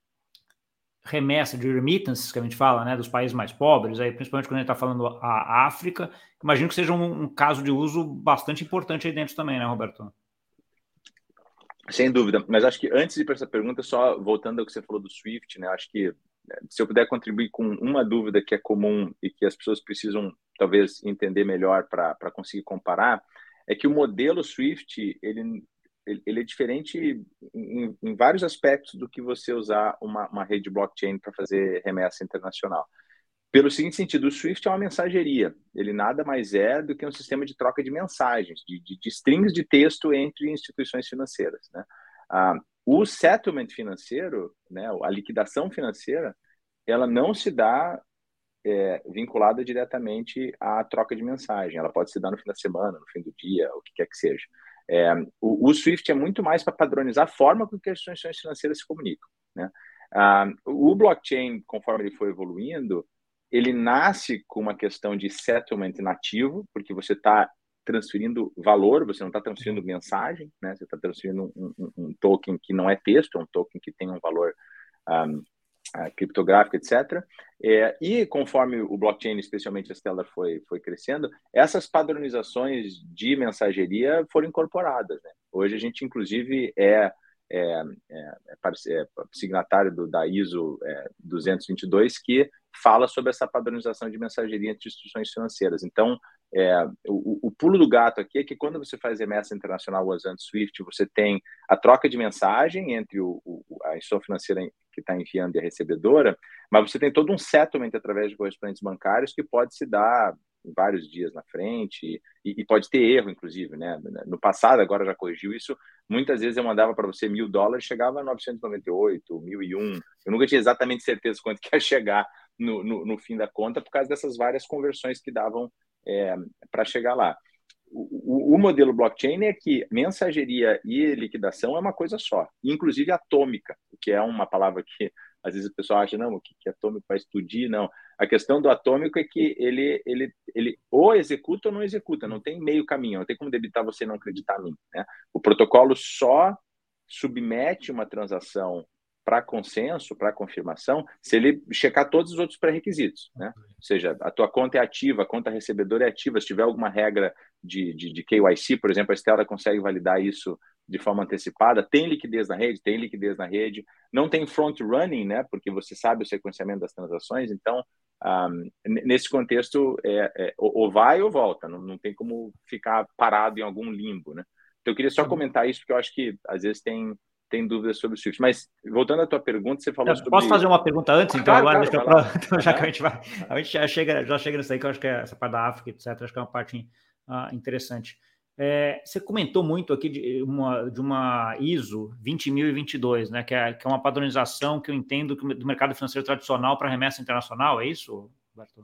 remessa, de remittances, que a gente fala, né, dos países mais pobres, aí, principalmente quando a gente está falando a África, imagino que seja um caso de uso bastante importante aí dentro também, né, Roberto? Sem dúvida, mas acho que antes de ir para essa pergunta, só voltando ao que você falou do Swift, né, acho que se eu puder contribuir com uma dúvida que é comum e que as pessoas precisam talvez entender melhor para conseguir comparar, é que o modelo Swift ele é diferente em vários aspectos do que você usar uma rede blockchain para fazer remessa internacional. Pelo seguinte sentido, o Swift é uma mensageria. Ele nada mais é do que um sistema de troca de mensagens, de strings de texto entre instituições financeiras, né? O settlement financeiro, né, a liquidação financeira, ela não se dá vinculada diretamente à troca de mensagem. Ela pode se dar no fim da semana, no fim do dia, o que quer que seja. O Swift é muito mais para padronizar a forma com que as instituições financeiras se comunicam, né? O blockchain, conforme ele foi evoluindo, ele nasce com uma questão de settlement nativo, porque você está transferindo valor, você não está transferindo mensagem, né? Você está transferindo um token que não é texto, é um token que tem um valor criptográfico, etc. E conforme o blockchain, especialmente a Stellar, foi crescendo, essas padronizações de mensageria foram incorporadas, né? Hoje a gente, inclusive, é signatário da ISO 222, que fala sobre essa padronização de mensageria entre instituições financeiras. Então, o pulo do gato aqui é que quando você faz remessa internacional usando Swift, você tem a troca de mensagem entre a instituição financeira que está enviando e a recebedora, mas você tem todo um settlement através de correspondentes bancários que pode se dar vários dias na frente e pode ter erro, inclusive, né? No passado, agora já corrigiu isso, muitas vezes eu mandava para você $1.000, chegava a 998, 1.001, eu nunca tinha exatamente certeza quanto que ia chegar no fim da conta por causa dessas várias conversões que davam para chegar lá. O modelo blockchain é que mensageria e liquidação é uma coisa só, inclusive atômica, que é uma palavra que às vezes o pessoal acha, não, o que atômico vai explodir? Não. A questão do atômico é que ele ou executa ou não executa, não tem meio caminho, não tem como debitar você e não acreditar em mim, né? O protocolo só submete uma transação para consenso, para confirmação, se ele checar todos os outros pré-requisitos, né? Ou seja, a tua conta é ativa, a conta recebedora é ativa, se tiver alguma regra de KYC, por exemplo, a Stellar consegue validar isso de forma antecipada, tem liquidez na rede, não tem front-running, né? Porque você sabe o sequenciamento das transações, então, nesse contexto, ou vai ou volta, não tem como ficar parado em algum limbo, né? Então, eu queria só comentar isso, porque eu acho que, às vezes, tem dúvidas sobre o Swift. Mas, voltando à tua pergunta, você falou sobre... Posso fazer uma pergunta antes, então, claro, agora? claro, Então, já que a gente já chega nisso aí, que eu acho que essa parte da África, etc., acho que é uma parte interessante. Você comentou muito aqui de uma ISO 20022, né, que é uma padronização que eu entendo do mercado financeiro tradicional para remessa internacional, é isso, Roberto?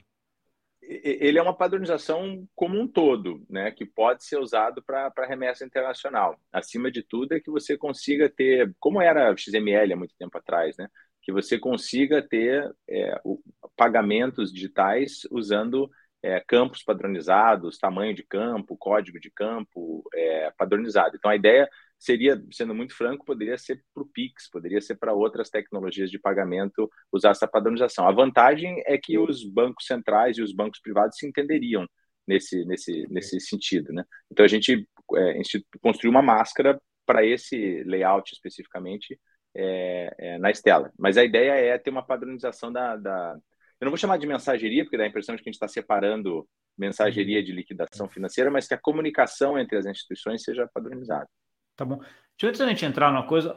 Ele é uma padronização como um todo, né, que pode ser usado para remessa internacional. Acima de tudo é que você consiga ter, como era XML há muito tempo atrás, né, que você consiga ter pagamentos digitais usando campos padronizados, tamanho de campo, código de campo padronizado. Então, a ideia seria, sendo muito franco, poderia ser para o Pix, poderia ser para outras tecnologias de pagamento usar essa padronização. A vantagem é que os bancos centrais e os bancos privados se entenderiam nesse sentido, né? Então, a gente construiu uma máscara para esse layout especificamente na Stellar. Mas a ideia é ter uma padronização eu não vou chamar de mensageria, porque dá a impressão de que a gente está separando mensageria de liquidação financeira, mas que a comunicação entre as instituições seja padronizada. Tá bom. Antes da gente entrar numa coisa,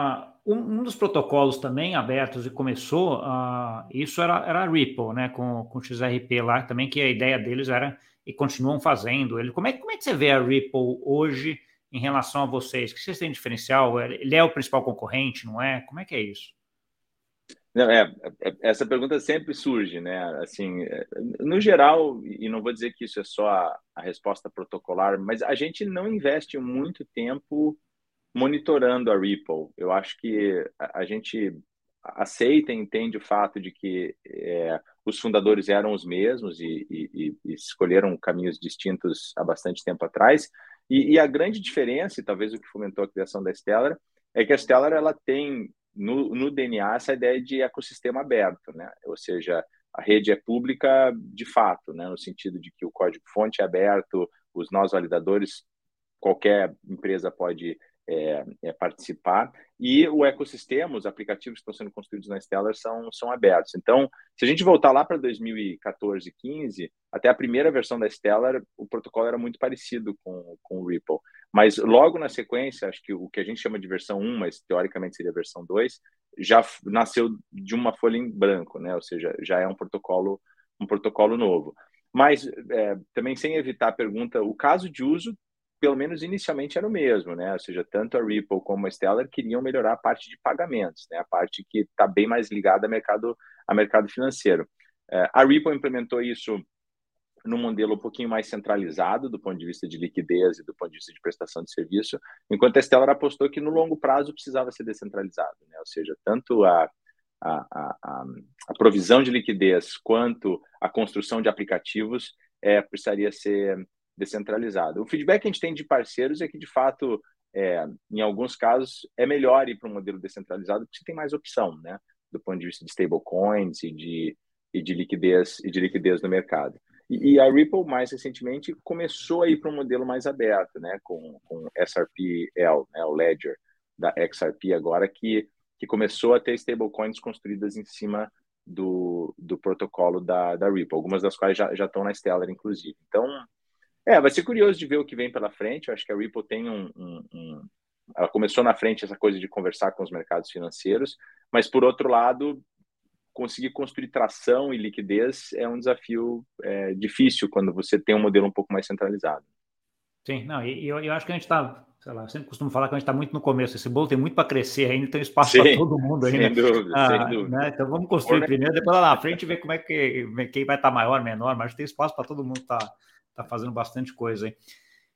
um dos protocolos também abertos e começou, isso era a Ripple, né, com o XRP lá também, que a ideia deles era, e continuam fazendo ele. Como é que você vê a Ripple hoje em relação a vocês? O que vocês têm de diferencial? Ele é o principal concorrente, não é? Como é que é isso? Não, essa pergunta sempre surge, né? Assim, no geral, e não vou dizer que isso é só a resposta protocolar, mas a gente não investe muito tempo monitorando a Ripple. Eu acho que a gente aceita e entende o fato de que os fundadores eram os mesmos e escolheram caminhos distintos há bastante tempo atrás. E a grande diferença, e talvez o que fomentou a criação da Stellar, é que a Stellar ela tem no DNA essa ideia de ecossistema aberto, né? Ou seja, a rede é pública de fato, né? No sentido de que o código-fonte é aberto, os nós validadores, qualquer empresa pode participar, e o ecossistema, os aplicativos que estão sendo construídos na Stellar são abertos. Então, se a gente voltar lá para 2014, 15, até a primeira versão da Stellar, o protocolo era muito parecido com o Ripple. Mas logo na sequência, acho que o que a gente chama de versão 1, mas teoricamente seria a versão 2, já nasceu de uma folha em branco, né? Ou seja, já é um protocolo novo. Mas também sem evitar a pergunta, o caso de uso pelo menos inicialmente era o mesmo, né? Ou seja, tanto a Ripple como a Stellar queriam melhorar a parte de pagamentos, né? A parte que está bem mais ligada a mercado financeiro. A Ripple implementou isso num modelo um pouquinho mais centralizado do ponto de vista de liquidez e do ponto de vista de prestação de serviço, enquanto a Stellar apostou que no longo prazo precisava ser descentralizado, né? Ou seja, tanto a provisão de liquidez quanto a construção de aplicativos precisaria ser descentralizado. O feedback que a gente tem de parceiros é que, de fato, em alguns casos, é melhor ir para um modelo descentralizado porque você tem mais opção, né? Do ponto de vista de stablecoins e de liquidez no mercado. E a Ripple, mais recentemente, começou a ir para um modelo mais aberto, né? Com SRPL, né? O Ledger da XRP agora, que começou a ter stablecoins construídas em cima do protocolo da Ripple, algumas das quais já estão na Stellar, inclusive. Então, vai ser curioso de ver o que vem pela frente. Eu acho que a Ripple tem ela começou na frente essa coisa de conversar com os mercados financeiros, mas, por outro lado, conseguir construir tração e liquidez é um desafio difícil quando você tem um modelo um pouco mais centralizado. Sim, não, e eu acho que a gente está, sei lá, eu sempre costumo falar que a gente está muito no começo. Esse bolo tem muito para crescer ainda, tem espaço para todo mundo ainda. Sem dúvida, sem dúvida. Né? Então vamos construir primeiro, depois lá na frente ver como é que quem vai estar maior, menor, mas tem espaço para todo mundo tá fazendo bastante coisa aí.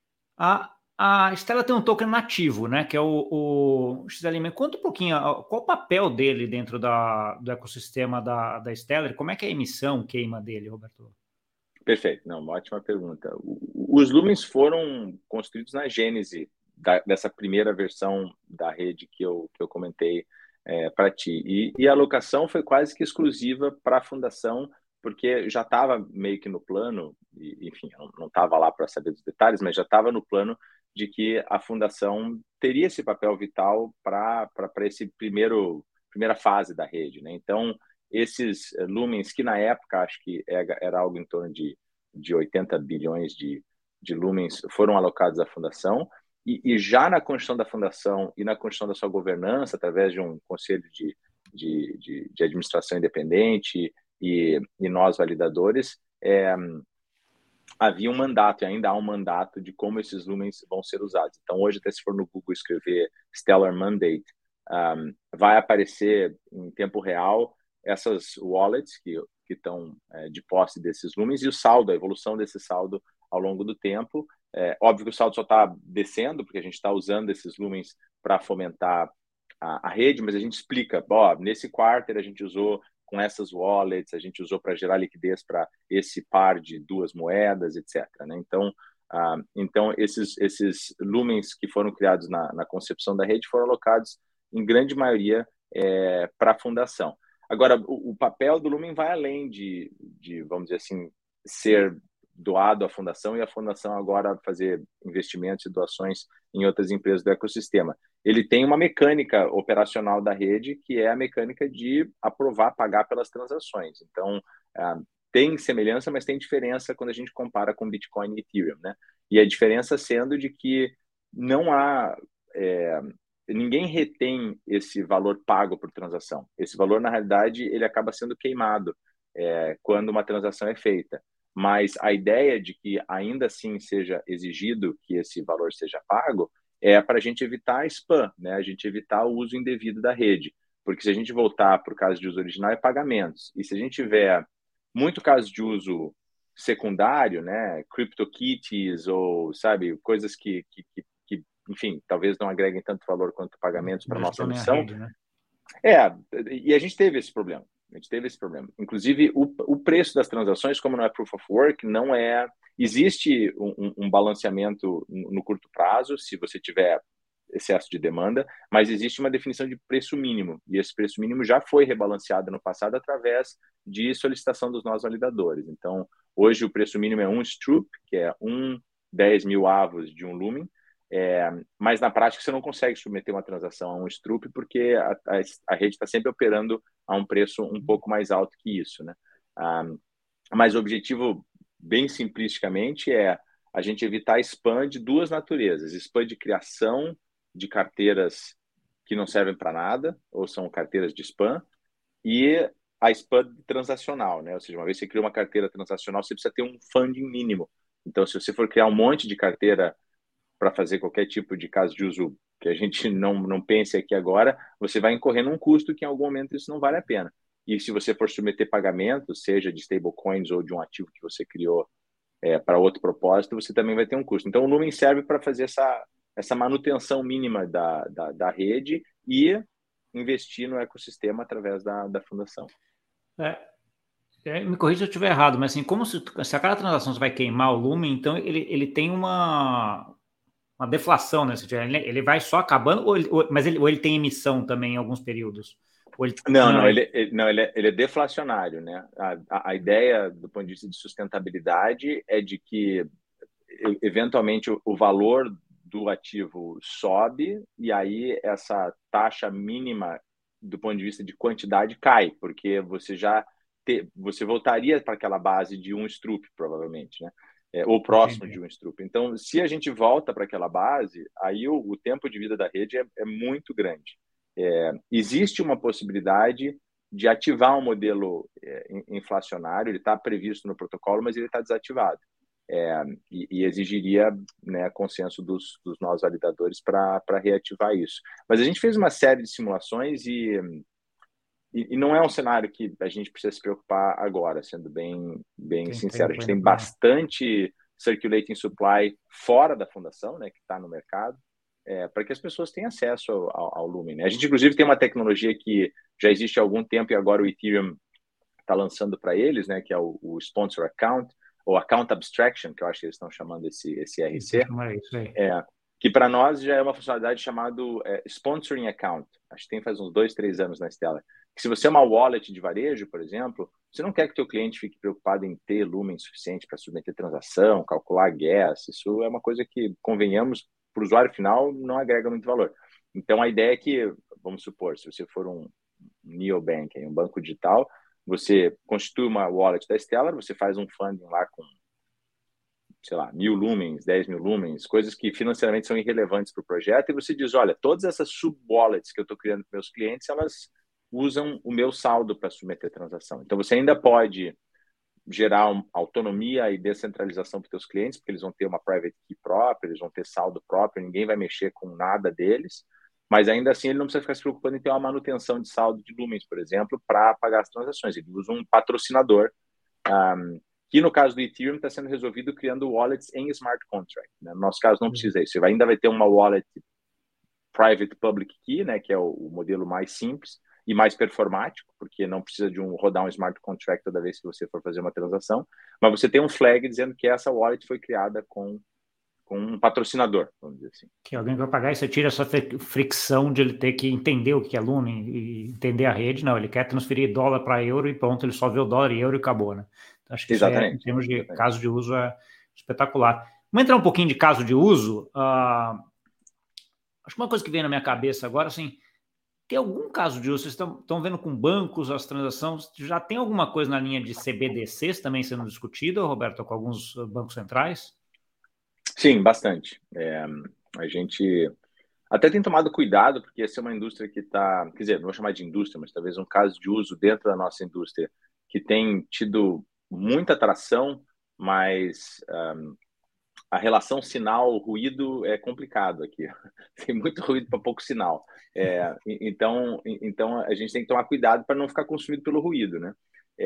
A Stellar tem um token nativo, né? Que é o XLM. Conta um pouquinho qual o papel dele dentro do ecossistema da Stellar, como é que é a emissão, queima dele, Roberto? Perfeito, não, uma ótima pergunta. Os Lumens foram construídos na gênese dessa primeira versão da rede que eu comentei para ti. E a alocação foi quase que exclusiva para a fundação, porque já estava meio que no plano, enfim, eu não estava lá para saber dos detalhes, mas já estava no plano de que a fundação teria esse papel vital para esse primeira fase da rede, né? Então, esses lumens, que na época acho que era algo em torno de 80 bilhões de lumens, foram alocados à fundação, e já na construção da fundação e na construção da sua governança, através de um conselho de administração independente e nós validadores, havia um mandato, e ainda há um mandato de como esses lumens vão ser usados. Então, hoje, até se for no Google escrever Stellar Mandate, vai aparecer em tempo real essas wallets que estão de posse desses lumens e o saldo, a evolução desse saldo ao longo do tempo. Óbvio que o saldo só está descendo, porque a gente está usando esses lumens para fomentar a rede, mas a gente explica, nesse quarter a gente usou com essas wallets, a gente usou para gerar liquidez para esse par de duas moedas, etc. Né? Então esses lumens que foram criados na concepção da rede foram alocados, em grande maioria, para a fundação. Agora, o papel do Lumen vai além de, vamos dizer assim, ser doado à fundação e a fundação agora fazer investimentos e doações em outras empresas do ecossistema. Ele tem uma mecânica operacional da rede, que é a mecânica de aprovar, pagar pelas transações. Então, tem semelhança, mas tem diferença quando a gente compara com Bitcoin e Ethereum, né? E a diferença sendo de que não há... ninguém retém esse valor pago por transação. Esse valor, na realidade, ele acaba sendo queimado quando uma transação é feita. Mas a ideia de que ainda assim seja exigido que esse valor seja pago é para a gente evitar spam, né? A gente evitar o uso indevido da rede. Porque se a gente voltar para o caso de uso original, é pagamentos. E se a gente tiver muito caso de uso secundário, né? CryptoKitties ou, sabe, coisas que enfim, talvez não agreguem tanto valor quanto pagamentos para a nossa emissão. Rede, né? E a gente teve esse problema. Inclusive, o preço das transações, como não é Proof of Work, não é... Existe um balanceamento no curto prazo, se você tiver excesso de demanda, mas existe uma definição de preço mínimo, e esse preço mínimo já foi rebalanceado no passado através de solicitação dos nossos validadores. Então, hoje o preço mínimo é 1 Stroop, que é 10.000 avos de um lumen, mas na prática você não consegue submeter uma transação a um Stroop porque a rede está sempre operando a um preço um pouco mais alto que isso, né? Mas o objetivo, bem simplisticamente, é a gente evitar spam de duas naturezas: spam de criação de carteiras que não servem para nada, ou são carteiras de spam, e a spam transacional, né? Ou seja, uma vez que você cria uma carteira transacional, você precisa ter um funding mínimo. Então, se você for criar um monte de carteira para fazer qualquer tipo de caso de uso que a gente não pense aqui agora, você vai incorrer num custo que em algum momento isso não vale a pena. E se você for submeter pagamentos, seja de stablecoins ou de um ativo que você criou para outro propósito, você também vai ter um custo. Então, o Lumen serve para fazer essa manutenção mínima da rede e investir no ecossistema através da fundação. Me corrija se eu estiver errado, mas assim, como se a cada transação você vai queimar o Lumen, então ele tem uma deflação, né? Ele vai só acabando, ou ele tem emissão também em alguns períodos? Ele é deflacionário, né? A ideia, do ponto de vista de sustentabilidade, é de que, eventualmente, o valor do ativo sobe e aí essa taxa mínima, do ponto de vista de quantidade, cai, porque você voltaria para aquela base de 1 Stroop, provavelmente, né? Ou próximo de 1 Stroop. Então, se a gente volta para aquela base, aí o tempo de vida da rede é muito grande. Existe uma possibilidade de ativar um modelo inflacionário, ele está previsto no protocolo, mas ele está desativado. E exigiria, né, consenso dos nossos validadores para reativar isso. Mas a gente fez uma série de simulações e não é um cenário que a gente precisa se preocupar agora, sendo bem sincero. A gente tem bastante circulating supply fora da fundação, né, que está no mercado, para que as pessoas tenham acesso ao Lumen, né? A gente, inclusive, tem uma tecnologia que já existe há algum tempo e agora o Ethereum está lançando para eles, né, que é o Sponsor Account, ou Account Abstraction, que eu acho que eles estão chamando esse RC, que para nós já é uma funcionalidade chamada Sponsoring Account. Acho que faz uns 2, 3 anos na Stellar. Que se você é uma wallet de varejo, por exemplo, você não quer que o teu cliente fique preocupado em ter lumen suficiente para submeter transação, calcular gas. Isso é uma coisa que, convenhamos, para o usuário final não agrega muito valor. Então, a ideia é que, vamos supor, se você for um neobank, um banco digital, você constitui uma wallet da Stellar, você faz um funding lá com, sei lá, 1.000 lumens, 10.000 lumens, coisas que financeiramente são irrelevantes para o projeto, e você diz, olha, todas essas sub-wallets que eu estou criando para meus clientes, elas usam o meu saldo para submeter transação. Então, você ainda pode gerar autonomia e descentralização para os teus clientes, porque eles vão ter uma private key própria, eles vão ter saldo próprio, ninguém vai mexer com nada deles, mas ainda assim ele não precisa ficar se preocupando em ter uma manutenção de saldo de lumens, por exemplo, para pagar as transações. Ele usa um patrocinador, que no caso do Ethereum está sendo resolvido criando wallets em smart contract, né? No nosso caso não precisa isso, você ainda vai ter uma wallet private public key, né, que é o modelo mais simples, e mais performático, porque não precisa de rodar um smart contract toda vez que você for fazer uma transação, mas você tem um flag dizendo que essa wallet foi criada com um patrocinador, vamos dizer assim. Que alguém vai pagar e você tira essa fricção de ele ter que entender o que é Luna e entender a rede. Não, ele quer transferir dólar para euro e pronto, ele só vê o dólar e euro e acabou, né? Então, acho que isso em termos de caso de uso, é espetacular. Vamos entrar um pouquinho de caso de uso. Acho que uma coisa que vem na minha cabeça agora, assim, tem algum caso de uso? Vocês estão vendo com bancos as transações? Já tem alguma coisa na linha de CBDCs também sendo discutida, Roberto, com alguns bancos centrais? Sim, bastante. A gente até tem tomado cuidado, porque essa é uma indústria que está, quer dizer, não vou chamar de indústria, mas talvez um caso de uso dentro da nossa indústria que tem tido muita atração, mas a relação sinal-ruído é complicado aqui. Tem muito ruído para pouco sinal. Então, a gente tem que tomar cuidado para não ficar consumido pelo ruído, né?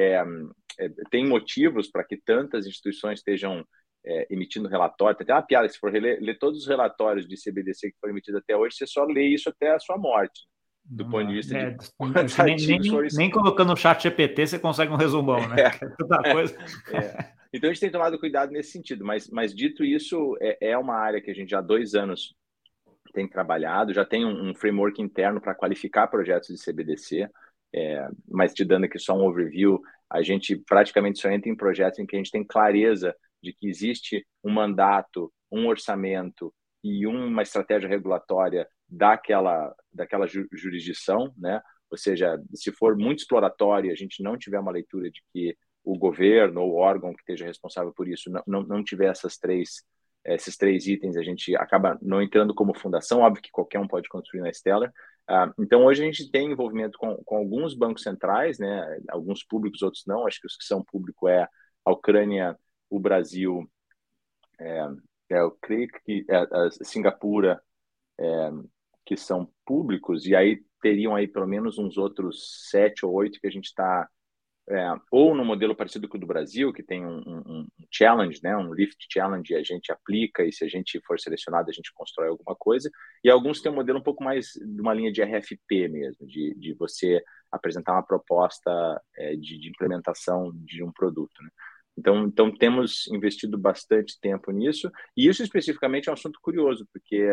Tem motivos para que tantas instituições estejam emitindo relatório. Tem até uma piada, se for ler todos os relatórios de CBDC que foram emitidos até hoje, você só lê isso até a sua morte, do ponto de vista de quantos artigos foram escritos. Nem colocando no chat GPT você consegue um resumão, né? Coisa. Então, a gente tem tomado cuidado nesse sentido, mas dito isso, é uma área que a gente já há 2 anos tem trabalhado, já tem um framework interno para qualificar projetos de CBDC, mas te dando aqui só um overview, a gente praticamente só entra em projetos em que a gente tem clareza de que existe um mandato, um orçamento e uma estratégia regulatória daquela jurisdição, né? Ou seja, se for muito exploratório, a gente não tiver uma leitura de que o governo ou o órgão que esteja responsável por isso não tiver esses 3 itens, a gente acaba não entrando como fundação. Óbvio que qualquer um pode construir na Stellar. Então, hoje a gente tem envolvimento com alguns bancos centrais, né? Alguns públicos, outros não. Acho que os que são públicos é a Ucrânia, o Brasil, eu creio que a Singapura, que são públicos, e aí teriam aí pelo menos uns outros 7 ou 8 que a gente está ou no modelo parecido com o do Brasil, que tem um challenge, né, um lift challenge, e a gente aplica, e se a gente for selecionado, a gente constrói alguma coisa, e alguns têm um modelo um pouco mais de uma linha de RFP mesmo, de você apresentar uma proposta de implementação de um produto, né? Então, temos investido bastante tempo nisso, e isso especificamente é um assunto curioso, porque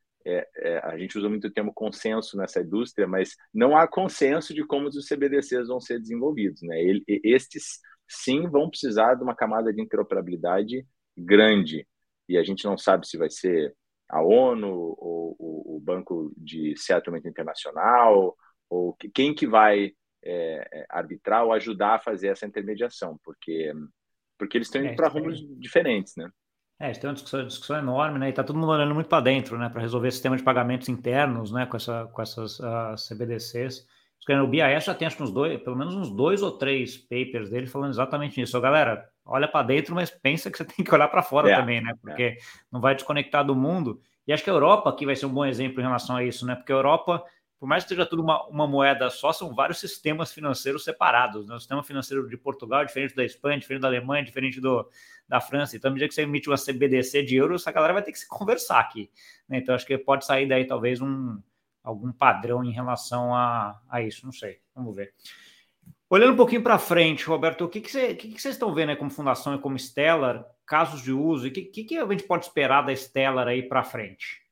a gente usa muito o termo consenso nessa indústria, mas não há consenso de como os CBDCs vão ser desenvolvidos, né? Estes, sim, vão precisar de uma camada de interoperabilidade grande, e a gente não sabe se vai ser a ONU ou o Banco de Settlement Internacional, ou quem que vai arbitrar ou ajudar a fazer essa intermediação, porque eles estão indo para rumos diferentes, né? Isso tem uma discussão enorme, né? E está todo mundo olhando muito para dentro, né? Para resolver sistema de pagamentos internos, né? Com essas CBDCs. O BIS já tem acho que pelo menos uns 2 ou 3 papers dele falando exatamente isso. Galera, olha para dentro, mas pensa que você tem que olhar para fora também, né? Porque não vai desconectar do mundo. E acho que a Europa aqui vai ser um bom exemplo em relação a isso, né? Porque a Europa, por mais que seja tudo uma moeda só, são vários sistemas financeiros separados, né? O sistema financeiro de Portugal é diferente da Espanha, diferente da Alemanha, diferente da França. Então, no dia que você emite uma CBDC de euros, essa galera vai ter que se conversar aqui, né? Então, acho que pode sair daí talvez algum padrão em relação a isso, não sei, vamos ver. Olhando um pouquinho para frente, Roberto, o que vocês estão vendo aí como fundação e como Stellar, casos de uso, e o que a gente pode esperar da Stellar aí para frente?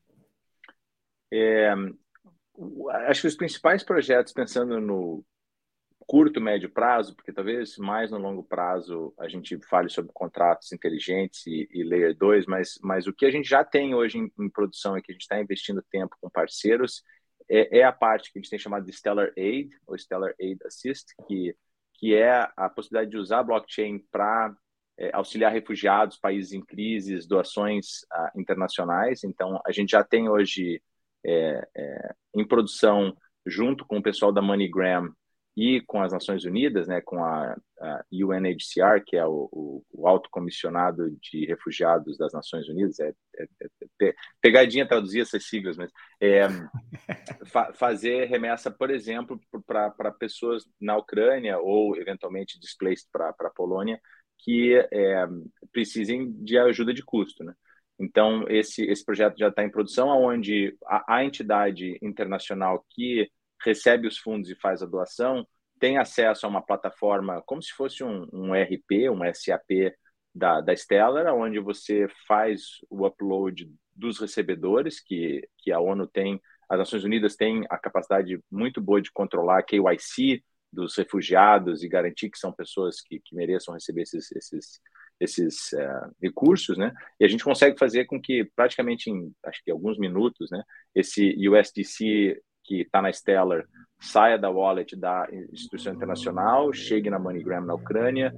Acho que os principais projetos, pensando no curto, médio prazo, porque talvez mais no longo prazo a gente fale sobre contratos inteligentes e Layer 2, mas o que a gente já tem hoje em produção e que a gente está investindo tempo com parceiros é a parte que a gente tem chamado de Stellar Aid, ou Stellar Aid Assist, que é a possibilidade de usar a blockchain para auxiliar refugiados, países em crises, doações internacionais. Então, a gente já tem hoje em produção, junto com o pessoal da MoneyGram e com as Nações Unidas, né, com a UNHCR, que é o Alto Comissionado de Refugiados das Nações Unidas, pegadinha traduzir essas siglas, mas fazer remessa, por exemplo, para pessoas na Ucrânia ou, eventualmente, displaced para a Polônia, que precisem de ajuda de custo, né? Então, esse projeto já está em produção, onde a entidade internacional que recebe os fundos e faz a doação, tem acesso a uma plataforma como se fosse um ERP, um SAP da Stellar, onde você faz o upload dos recebedores, que a ONU tem, as Nações Unidas têm a capacidade muito boa de controlar KYC dos refugiados e garantir que são pessoas que mereçam receber esses recursos, né? E a gente consegue fazer com que praticamente em, acho que alguns minutos, né, esse USDC que está na Stellar saia da wallet da instituição internacional, chegue na MoneyGram na Ucrânia,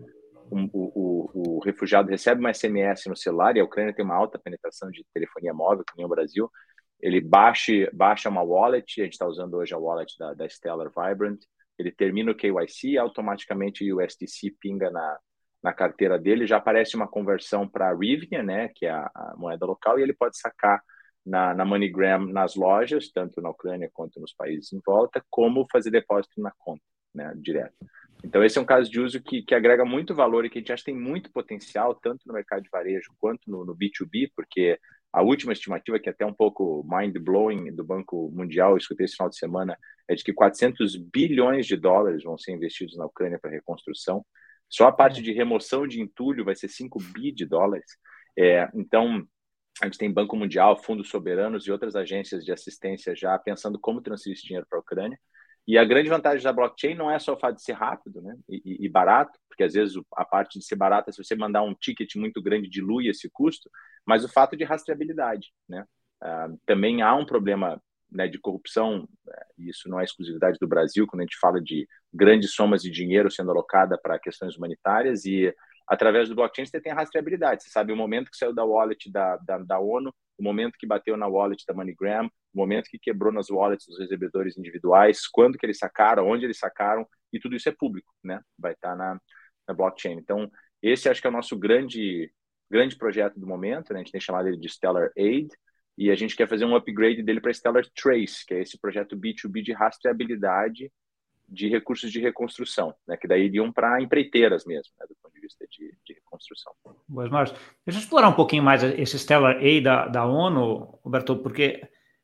o refugiado recebe uma SMS no celular, e a Ucrânia tem uma alta penetração de telefonia móvel, que nem o Brasil, ele baixa uma wallet, a gente está usando hoje a wallet da Stellar Vibrant, ele termina o KYC e automaticamente o USDC pinga na carteira dele, já aparece uma conversão para a Hryvnia, né, que é a moeda local, e ele pode sacar na MoneyGram nas lojas, tanto na Ucrânia quanto nos países em volta, como fazer depósito na conta, né, direto. Então, esse é um caso de uso que agrega muito valor e que a gente acha que tem muito potencial, tanto no mercado de varejo quanto no B2B, porque a última estimativa, que é até um pouco mind-blowing do Banco Mundial, eu escutei esse final de semana, é de que 400 bilhões de dólares vão ser investidos na Ucrânia para reconstrução. Só a parte de remoção de entulho vai ser 5 bi de dólares. Então, a gente tem Banco Mundial, fundos soberanos e outras agências de assistência já pensando como transferir esse dinheiro para a Ucrânia. E a grande vantagem da blockchain não é só o fato de ser rápido, né, e barato, porque às vezes a parte de ser barata, se você mandar um ticket muito grande, dilui esse custo, mas o fato de rastreabilidade, né? Também há um problema, né, de corrupção, e isso não é exclusividade do Brasil, quando a gente fala de grandes somas de dinheiro sendo alocada para questões humanitárias, e através do blockchain você tem a rastreabilidade, você sabe o momento que saiu da wallet da ONU, o momento que bateu na wallet da MoneyGram, o momento que quebrou nas wallets dos recebedores individuais, quando que eles sacaram, onde eles sacaram, e tudo isso é público, né? Vai estar na blockchain. Então, esse acho que é o nosso grande projeto do momento, né? A gente tem chamado ele de Stellar Aid, e a gente quer fazer um upgrade dele para Stellar Trace, que é esse projeto B2B de rastreabilidade de recursos de reconstrução, né? Que daí iriam para empreiteiras mesmo, né? Do ponto de vista de reconstrução. Boas, Marcos. Deixa eu explorar um pouquinho mais esse Stellar Aid da ONU, Roberto, porque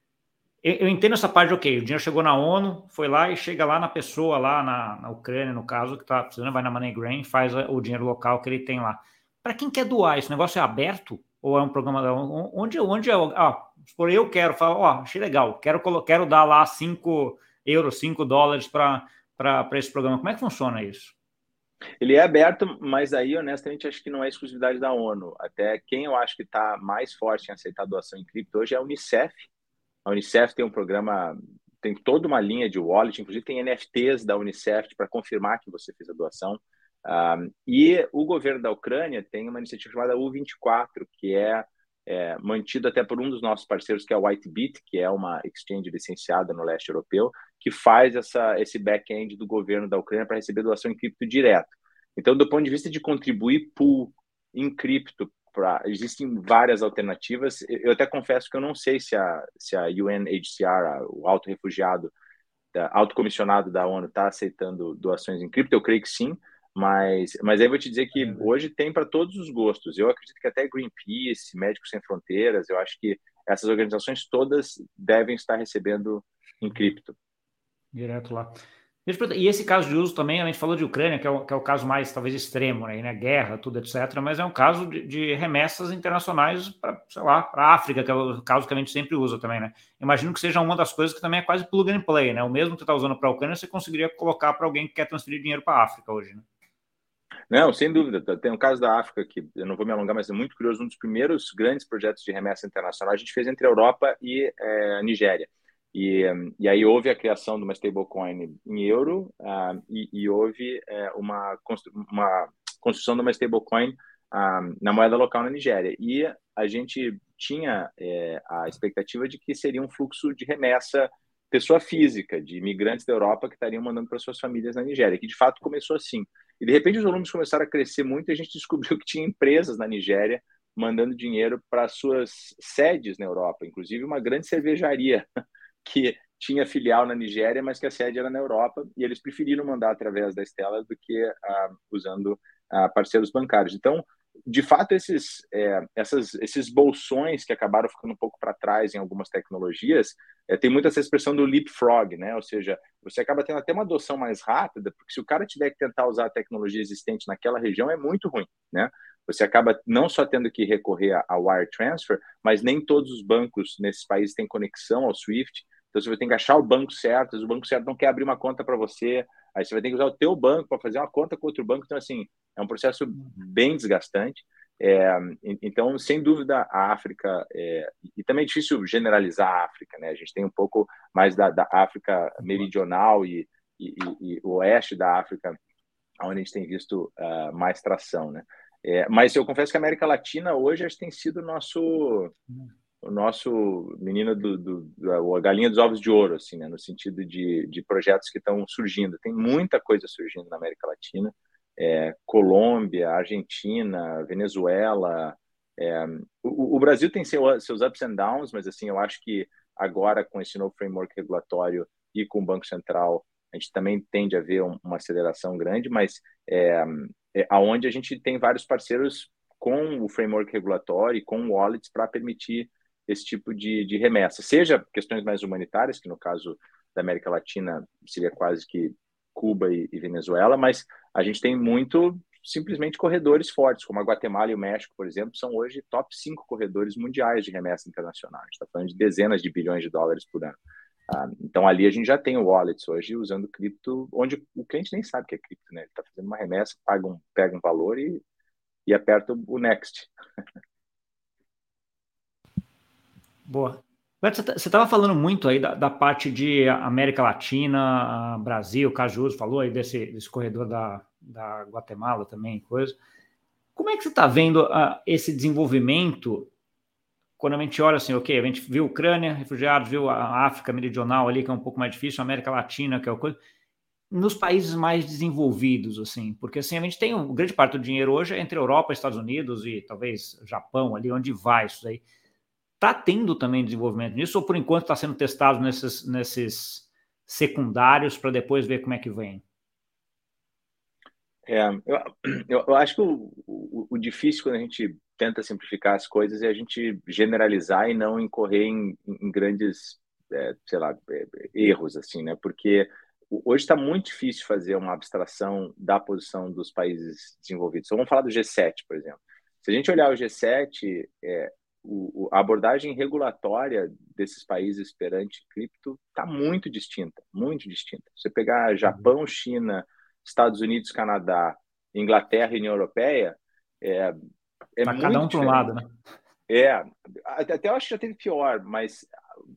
eu entendo essa parte, ok, o dinheiro chegou na ONU, foi lá e chega lá na pessoa, lá na Ucrânia, no caso, que está precisando, vai na MoneyGram, faz o dinheiro local que ele tem lá. Para quem quer doar, esse negócio é aberto? Ou é um programa onde por eu quero falar, achei legal, quero dar lá 5 euros, 5 dólares para esse programa. Como é que funciona isso? Ele é aberto, mas aí, honestamente, acho que não é exclusividade da ONU. Até quem eu acho que está mais forte em aceitar doação em cripto hoje é a Unicef. A Unicef tem um programa, tem toda uma linha de wallet, inclusive tem NFTs da Unicef para confirmar que você fez a doação. E o governo da Ucrânia tem uma iniciativa chamada U24, que é mantido até por um dos nossos parceiros, que é o Whitebit, que é uma exchange licenciada no leste europeu, que faz esse back-end do governo da Ucrânia para receber doação em cripto direto. Então, do ponto de vista de contribuir pool em cripto, existem várias alternativas. Eu até confesso que eu não sei se a UNHCR, o alto refugiado, alto comissionado da ONU, está aceitando doações em cripto. Eu creio que sim, mas aí eu vou te dizer que hoje tem para todos os gostos. Eu acredito que até Greenpeace, Médicos Sem Fronteiras, eu acho que essas organizações todas devem estar recebendo em cripto. Direto lá. E esse caso de uso também, a gente falou de Ucrânia, que é o caso mais, talvez, extremo, né? Guerra, tudo, etc. Mas é um caso de remessas internacionais para, sei lá, para a África, que é o caso que a gente sempre usa também, né? Imagino que seja uma das coisas que também é quase plug and play, né? O mesmo que você está usando para a Ucrânia, você conseguiria colocar para alguém que quer transferir dinheiro para a África hoje, né? Não, sem dúvida. Tem um caso da África que eu não vou me alongar, mas é muito curioso. Um dos primeiros grandes projetos de remessa internacional a gente fez entre a Europa e a Nigéria. E aí houve a criação de uma stablecoin em euro e houve uma construção de uma stablecoin na moeda local na Nigéria. E a gente tinha a expectativa de que seria um fluxo de remessa pessoa física, de imigrantes da Europa que estariam mandando para suas famílias na Nigéria, que de fato começou assim. E de repente os volumes começaram a crescer muito e a gente descobriu que tinha empresas na Nigéria mandando dinheiro para suas sedes na Europa, inclusive uma grande cervejaria que tinha filial na Nigéria, mas que a sede era na Europa, e eles preferiram mandar através da Stellar do que usando parceiros bancários. Então, de fato, esses bolsões que acabaram ficando um pouco para trás em algumas tecnologias, tem muito essa expressão do leapfrog, né? Ou seja, você acaba tendo até uma adoção mais rápida, porque se o cara tiver que tentar usar a tecnologia existente naquela região, é muito ruim, né? Você acaba não só tendo que recorrer a wire transfer, mas nem todos os bancos nesses países têm conexão ao SWIFT. Então, você vai ter que achar o banco certo, o banco certo não quer abrir uma conta para você, aí você vai ter que usar o teu banco para fazer uma conta com outro banco. Então, assim, é um processo bem desgastante. Então, sem dúvida, a África, e também é difícil generalizar a África, né? A gente tem um pouco mais da África meridional e o oeste da África, onde a gente tem visto mais tração, né? Mas eu confesso que a América Latina hoje acho que tem sido o nosso menino a galinha dos ovos de ouro, assim, né? No sentido de projetos que estão surgindo. Tem muita coisa surgindo na América Latina. Colômbia, Argentina, Venezuela. O Brasil tem seus ups and downs, mas assim, eu acho que agora com esse novo framework regulatório e com o Banco Central, a gente também tende a ver uma aceleração grande, mas aonde a gente tem vários parceiros com o framework regulatório e com wallets para permitir esse tipo de remessa, seja questões mais humanitárias, que no caso da América Latina seria quase que Cuba e Venezuela, mas a gente tem muito simplesmente corredores fortes, como a Guatemala e o México, por exemplo, são hoje top 5 corredores mundiais de remessa internacional. A gente está falando de dezenas de bilhões de dólares por ano. Então, ali a gente já tem o wallets hoje usando cripto, onde o cliente nem sabe o que é cripto, né? Ele está fazendo uma remessa, pega um valor e aperta o next. Boa. Beto, você estava falando muito aí da parte de América Latina, Brasil, Cajus, falou aí desse corredor da Guatemala também, coisa. Como é que você está vendo esse desenvolvimento quando a gente olha assim, ok, a gente viu a Ucrânia, refugiados, viu a África Meridional ali, que é um pouco mais difícil, a América Latina, que é o coisa, nos países mais desenvolvidos, assim, porque assim, a gente tem grande parte do dinheiro hoje entre Europa, Estados Unidos e talvez Japão ali, onde vai isso aí. Está tendo também desenvolvimento nisso, ou por enquanto está sendo testado nesses secundários para depois ver como é que vem? Eu acho que o difícil quando a gente tenta simplificar as coisas é a gente generalizar e não incorrer em grandes, sei lá, erros, assim, né? Porque hoje está muito difícil fazer uma abstração da posição dos países desenvolvidos. Então, vamos falar do G7, por exemplo. Se a gente olhar o G7, a abordagem regulatória desses países perante cripto está muito distinta, muito distinta. Você pegar Japão, China, Estados Unidos, Canadá, Inglaterra e União Europeia, Tá cada muito um para um lado, diferente. né? Até eu acho que já teve pior, mas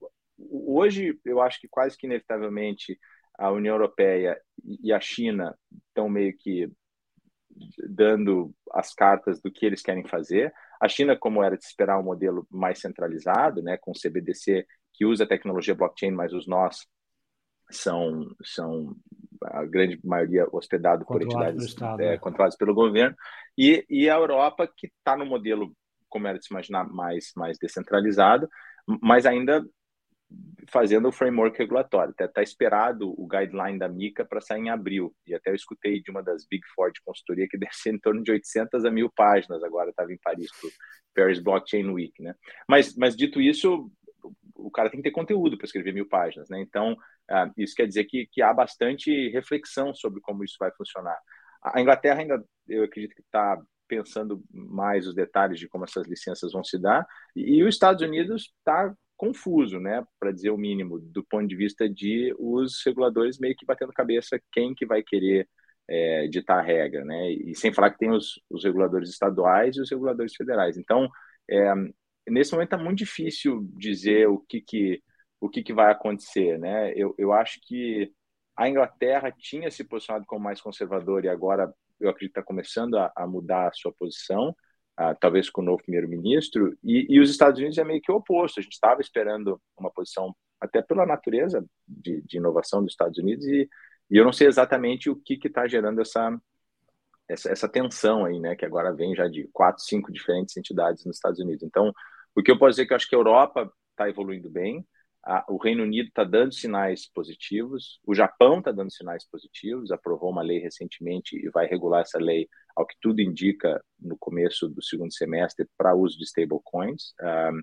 hoje eu acho que quase que inevitavelmente a União Europeia e a China estão meio que dando as cartas do que eles querem fazer. A China, como era de esperar, um modelo mais centralizado, né, com CBDC que usa a tecnologia blockchain, mas os nós são a grande maioria hospedado por Controlado pelo entidades Estado, né? controladas pelo governo, e a Europa, que está no modelo, como era de se imaginar, mais descentralizado, mas ainda fazendo o framework regulatório. Está esperado o guideline da MiCA para sair em abril, e até eu escutei de uma das Big Four de consultoria que deve ser em torno de 800 a 1.000 páginas, agora estava em Paris para o Paris Blockchain Week, né? Mas dito isso, o cara tem que ter conteúdo para escrever 1.000 páginas, né? Então, isso quer dizer que há bastante reflexão sobre como isso vai funcionar. A Inglaterra ainda, eu acredito que está pensando mais os detalhes de como essas licenças vão se dar, e os Estados Unidos está confuso, né, para dizer o mínimo, do ponto de vista de os reguladores meio que batendo cabeça quem que vai querer ditar a regra, né, e sem falar que tem os reguladores estaduais e os reguladores federais. Então, nesse momento está muito difícil dizer o que vai acontecer, né? Eu acho que a Inglaterra tinha se posicionado como mais conservador e agora eu acredito que está começando a mudar a sua posição, talvez com o novo primeiro-ministro, e os Estados Unidos é meio que o oposto. A gente estava esperando uma posição, até pela natureza de inovação dos Estados Unidos, e eu não sei exatamente o que está gerando essa tensão aí, né, que agora vem já de 4, 5 diferentes entidades nos Estados Unidos. Então, o que eu posso dizer é que eu acho que a Europa está evoluindo bem, O Reino Unido está dando sinais positivos, o Japão está dando sinais positivos, aprovou uma lei recentemente e vai regular essa lei, ao que tudo indica, no começo do segundo semestre, para uso de stablecoins.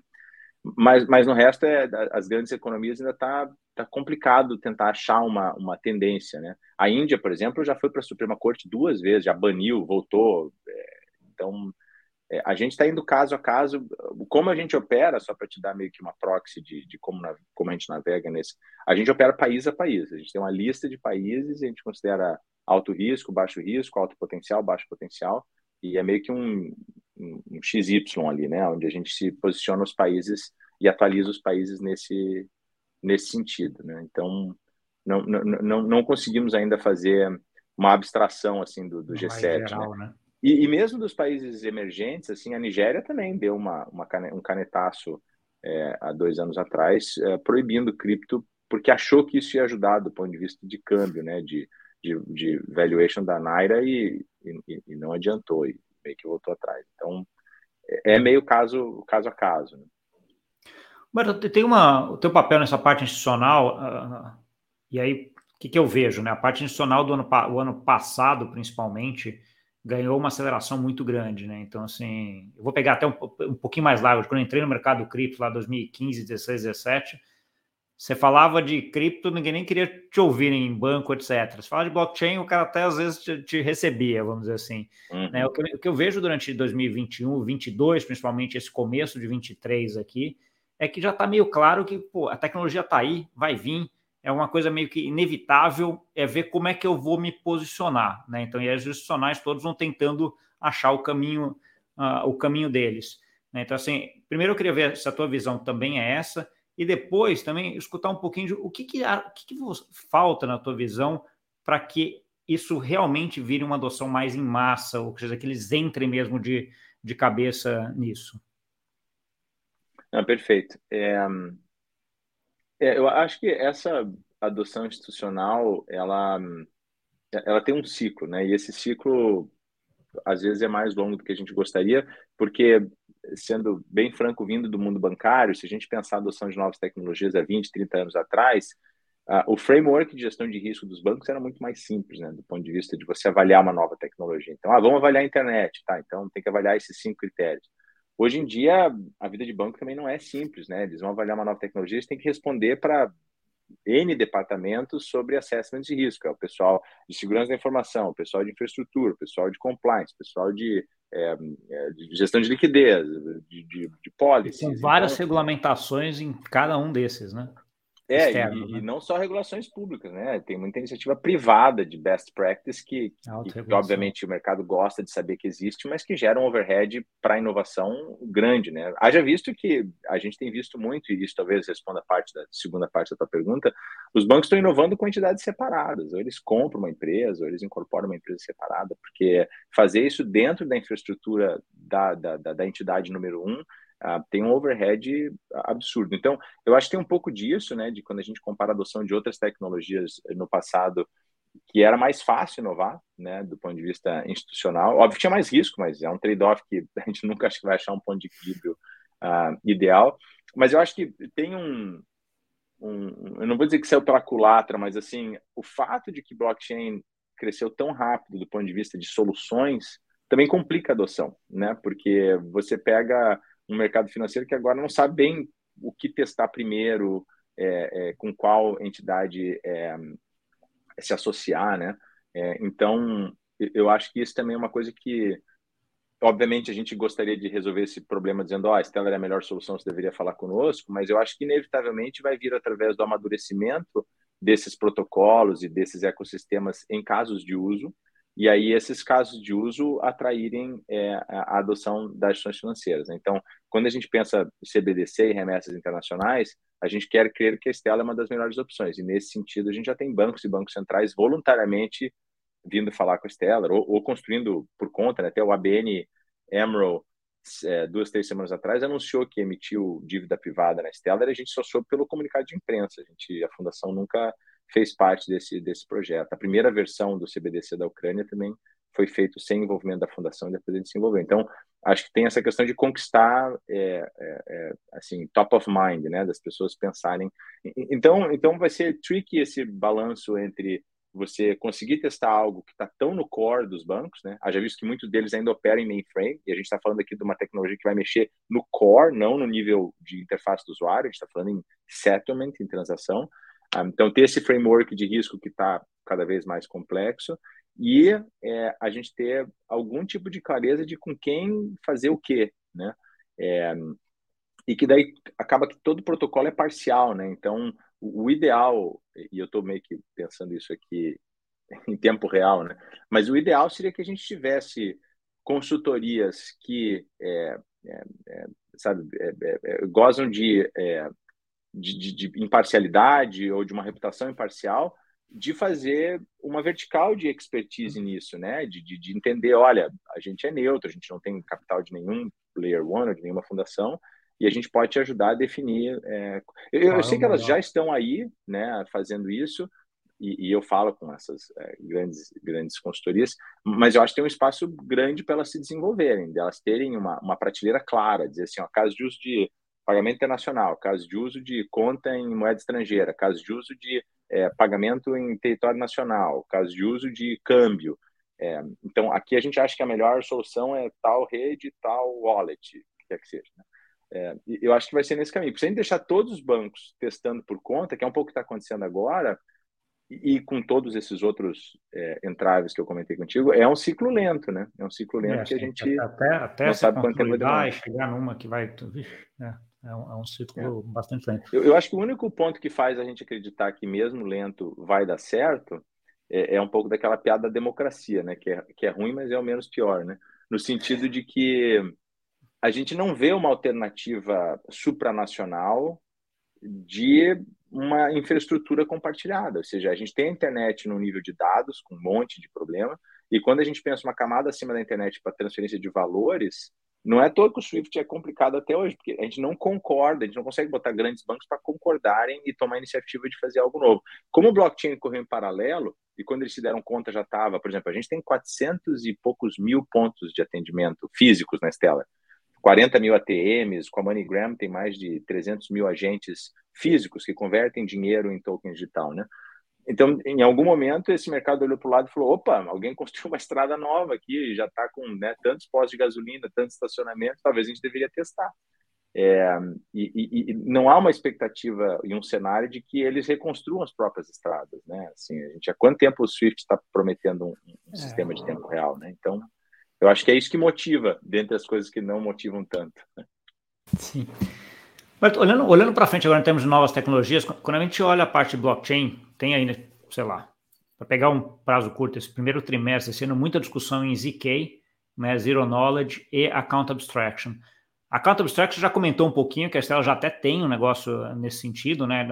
Mas no resto, as grandes economias ainda tá complicado tentar achar uma tendência, né? A Índia, por exemplo, já foi para a Suprema Corte 2 vezes, já baniu, voltou. Então, a gente está indo caso a caso. Como a gente opera, só para te dar meio que uma proxy de como a gente navega nesse, a gente opera país a país. A gente tem uma lista de países, a gente considera alto risco, alto potencial, baixo potencial, e é meio que um XY ali, né? Onde a gente se posiciona os países e atualiza os países nesse sentido, né? Então, não conseguimos ainda fazer uma abstração assim do Mais G7, né? geral, né? E mesmo dos países emergentes, assim, a Nigéria também deu um canetaço há 2 anos atrás, proibindo cripto, porque achou que isso ia ajudar do ponto de vista de câmbio, né, de valuation da Naira e não adiantou, e meio que voltou atrás. Então, é meio caso a caso, né? Mas tem o teu papel nessa parte institucional, e aí o que eu vejo, né? A parte institucional o ano passado, principalmente, ganhou uma aceleração muito grande, né? Então, assim, eu vou pegar até um pouquinho mais largo. Quando eu entrei no mercado cripto lá 2015, 16, 17, você falava de cripto, ninguém nem queria te ouvir em banco, etc. Você falava de blockchain, o cara até às vezes te recebia, vamos dizer assim. Né? Uhum. O que eu vejo durante 2021, 22, principalmente esse começo de 23 aqui, é que já está meio claro que pô, a tecnologia está aí, vai vir, é uma coisa meio que inevitável, é ver como é que eu vou me posicionar. Né? Então, e os institucionais todos vão tentando achar o caminho deles. Né? Então, assim, primeiro eu queria ver se a tua visão também é essa, e depois também escutar um pouquinho de o que falta na tua visão para que isso realmente vire uma adoção mais em massa, ou seja, que eles entrem mesmo de cabeça nisso. Não, perfeito. Eu acho que essa adoção institucional, ela tem um ciclo, né? E esse ciclo às vezes é mais longo do que a gente gostaria, porque, sendo bem franco, vindo do mundo bancário, se a gente pensar a adoção de novas tecnologias há 20, 30 anos atrás, o framework de gestão de risco dos bancos era muito mais simples, né, do ponto de vista de você avaliar uma nova tecnologia. Então, vamos avaliar a internet, tá? Então, tem que avaliar esses 5 critérios. Hoje em dia, a vida de banco também não é simples, né? Eles vão avaliar uma nova tecnologia, eles têm que responder para N departamentos sobre assessment de risco. É o pessoal de segurança da informação, o pessoal de infraestrutura, o pessoal de compliance, o pessoal de gestão de liquidez, de E com policies. várias Então, regulamentações em cada um desses, né? É, Externos, e, né? e não só regulações públicas, né? Tem muita iniciativa privada de best practice que Autorregulação. obviamente o mercado gosta de saber que existe, mas que gera um overhead para a inovação grande, né? Haja visto que a gente tem visto muito, e isso talvez responda a segunda parte da tua pergunta, os bancos estão inovando com entidades separadas, ou eles compram uma empresa, ou eles incorporam uma empresa separada, porque fazer isso dentro da infraestrutura da entidade número um tem um overhead absurdo. Então, eu acho que tem um pouco disso, né, de quando a gente compara a adoção de outras tecnologias no passado, que era mais fácil inovar, né, do ponto de vista institucional. Óbvio que tinha mais risco, mas é um trade-off que a gente nunca acho que vai achar um ponto de equilíbrio ideal. Mas eu acho que tem eu não vou dizer que saiu pela culatra, mas assim, o fato de que blockchain cresceu tão rápido do ponto de vista de soluções também complica a adoção, né? Porque você pega um mercado financeiro que agora não sabe bem o que testar primeiro, com qual entidade se associar, né? Então, eu acho que isso também é uma coisa que, obviamente, a gente gostaria de resolver esse problema dizendo, a Stellar é a melhor solução, você deveria falar conosco, mas eu acho que inevitavelmente vai vir através do amadurecimento desses protocolos e desses ecossistemas em casos de uso, e aí esses casos de uso atraírem a adoção das instituições financeiras. Então, quando a gente pensa CBDC e remessas internacionais, a gente quer crer que a Stellar é uma das melhores opções, e nesse sentido a gente já tem bancos e bancos centrais voluntariamente vindo falar com a Stellar, ou construindo por conta, né? Até o ABN Emerald, 2, 3 semanas atrás, anunciou que emitiu dívida privada na Stellar, e a gente só soube pelo comunicado de imprensa. A fundação nunca fez parte desse projeto. A primeira versão do CBDC da Ucrânia também foi feito sem envolvimento da fundação e depois ele se envolveu. Então, acho que tem essa questão de conquistar, assim, top of mind, né, das pessoas pensarem. Então vai ser tricky esse balanço entre você conseguir testar algo que está tão no core dos bancos, né? Haja visto que muitos deles ainda operam em mainframe, e a gente está falando aqui de uma tecnologia que vai mexer no core, não no nível de interface do usuário, a gente está falando em settlement, em transação. Então, ter esse framework de risco que está cada vez mais complexo e a gente ter algum tipo de clareza de com quem fazer o quê, né? E que daí acaba que todo protocolo é parcial, né? Então, o ideal, e eu estou meio que pensando isso aqui em tempo real, né? Mas o ideal seria que a gente tivesse consultorias que, sabe, gozam de imparcialidade ou de uma reputação imparcial, de fazer uma vertical de expertise nisso, né? De entender, olha, a gente é neutro, a gente não tem capital de nenhum layer one ou de nenhuma fundação, e a gente pode te ajudar a definir. Eu sei que elas já estão aí, né, fazendo isso, e eu falo com essas grandes consultorias, mas eu acho que tem um espaço grande para elas se desenvolverem, de elas terem uma prateleira clara, dizer assim, ó, caso de uso de pagamento internacional, caso de uso de conta em moeda estrangeira, caso de uso de pagamento em território nacional, caso de uso de câmbio. Então, aqui a gente acha que a melhor solução é tal rede, tal wallet, que quer que seja, né? Eu acho que vai ser nesse caminho. Porque se a gente deixar todos os bancos testando por conta, que é um pouco o que está acontecendo agora, e com todos esses outros entraves que eu comentei contigo, é um ciclo lento, né? É um ciclo lento que a gente até não se sabe quanto tempo vai demorar. consolidar e chegar numa que vai... É um ciclo bastante lento. Eu acho que o único ponto que faz a gente acreditar que mesmo lento vai dar certo é um pouco daquela piada da democracia, né? Que é ruim, mas é o menos pior, né? No sentido de que a gente não vê uma alternativa supranacional de uma infraestrutura compartilhada, ou seja, a gente tem a internet no nível de dados, com um monte de problema, e quando a gente pensa uma camada acima da internet para transferência de valores, não é todo que o SWIFT é complicado até hoje, porque a gente não concorda, a gente não consegue botar grandes bancos para concordarem e tomar a iniciativa de fazer algo novo. Como o blockchain correu em paralelo, e quando eles se deram conta já estava, por exemplo, a gente tem 400 e poucos mil pontos de atendimento físicos na Stellar, 40 mil ATMs, com a MoneyGram tem mais de 300 mil agentes físicos que convertem dinheiro em token digital, né? Então, em algum momento, esse mercado olhou para o lado e falou, opa, alguém construiu uma estrada nova aqui, já está com, né, tantos postos de gasolina, tantos estacionamentos, talvez a gente deveria testar. E não há uma expectativa e um cenário de que eles reconstruam as próprias estradas, né? Assim, há quanto tempo o Swift está prometendo um sistema de tempo real, né? Então, eu acho que é isso que motiva, dentre as coisas que não motivam tanto. Sim. Mas olhando para frente agora em termos de novas tecnologias, quando a gente olha a parte de blockchain, tem ainda, sei lá, para pegar um prazo curto, esse primeiro trimestre, sendo muita discussão em ZK, né, Zero Knowledge e Account Abstraction. Account Abstraction já comentou um pouquinho, que a Stellar já até tem um negócio nesse sentido, né,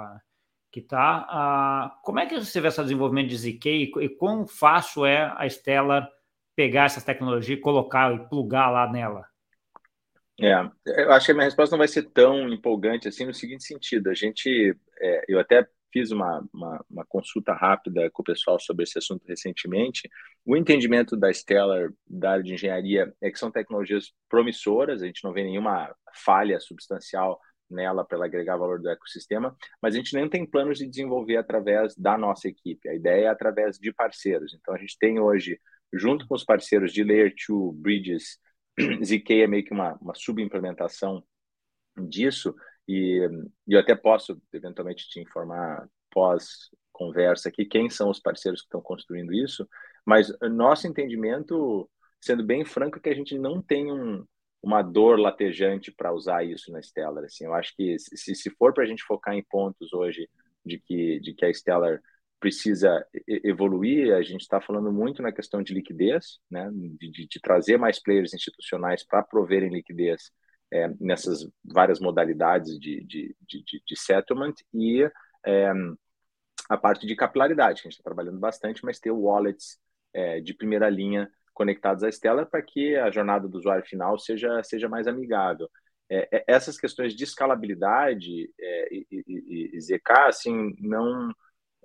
como é que você vê esse desenvolvimento de ZK e quão fácil é a Stellar pegar essas tecnologias e colocar e plugar lá nela? Eu acho que a minha resposta não vai ser tão empolgante assim no seguinte sentido. Eu até fiz uma consulta rápida com o pessoal sobre esse assunto recentemente. O entendimento da Stellar, da área de engenharia, é que são tecnologias promissoras, a gente não vê nenhuma falha substancial nela para ela agregar valor do ecossistema, mas a gente nem tem planos de desenvolver através da nossa equipe. A ideia é através de parceiros. Então, a gente tem hoje, junto com os parceiros de Layer 2, Bridges, ZK é meio que uma subimplementação disso, e eu até posso eventualmente te informar pós-conversa aqui quem são os parceiros que estão construindo isso, mas nosso entendimento, sendo bem franco, é que a gente não tem uma dor latejante para usar isso na Stellar. Assim, eu acho que se for para a gente focar em pontos hoje de que a Stellar precisa evoluir, a gente está falando muito na questão de liquidez, né, de trazer mais players institucionais para proverem liquidez nessas várias modalidades de settlement e a parte de capilaridade, que a gente está trabalhando bastante, mas ter wallets de primeira linha conectados à Stellar para que a jornada do usuário final seja mais amigável. Essas questões de escalabilidade e ZK, assim, não...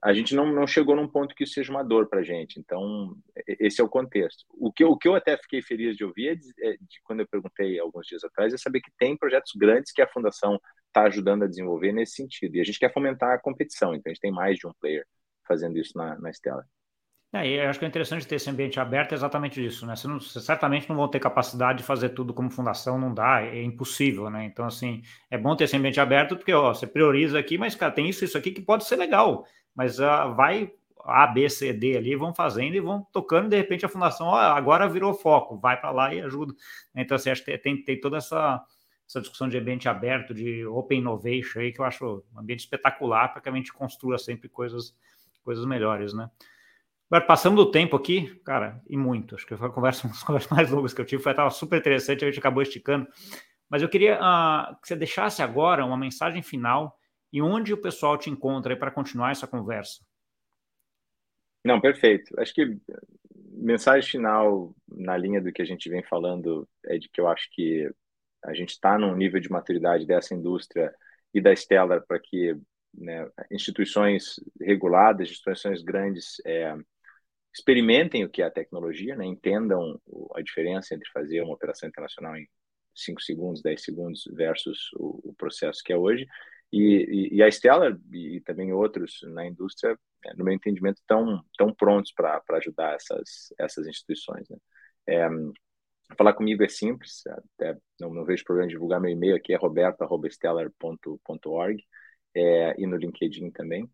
a gente não chegou num ponto que isso seja uma dor para a gente. Então, esse é o contexto. O que eu até fiquei feliz de ouvir quando eu perguntei alguns dias atrás, é saber que tem projetos grandes que a Fundação está ajudando a desenvolver nesse sentido. E a gente quer fomentar a competição. Então, a gente tem mais de um player fazendo isso na Stellar. E eu acho que é interessante ter esse ambiente aberto exatamente isso, né? Você certamente não vão ter capacidade de fazer tudo como fundação, não dá, é impossível, né? Então, assim, é bom ter esse ambiente aberto, porque, você prioriza aqui, mas, cara, tem isso aqui que pode ser legal, mas vai A, B, C, D ali, vão fazendo e vão tocando, de repente a fundação, agora virou foco, vai para lá e ajuda. Então, assim, acho que tem toda essa discussão de ambiente aberto, de open innovation aí, que eu acho um ambiente espetacular para que a gente construa sempre coisas melhores, né? Agora, passando do tempo aqui, cara, e muito, acho que foi uma das conversas mais longas que eu tive, estava super interessante, a gente acabou esticando, mas eu queria que você deixasse agora uma mensagem final e onde o pessoal te encontra aí para continuar essa conversa. Não, perfeito. Acho que mensagem final na linha do que a gente vem falando é de que eu acho que a gente está num nível de maturidade dessa indústria e da Stellar para que, né, instituições reguladas, instituições grandes experimentem o que é a tecnologia, né, entendam a diferença entre fazer uma operação internacional em 5 segundos, 10 segundos versus o processo que é hoje. E a Stellar e também outros na indústria, no meu entendimento, estão prontos para ajudar essas instituições, né? Falar comigo é simples, até não vejo problema em divulgar meu e-mail aqui, é roberto@stellar.org, e no LinkedIn também.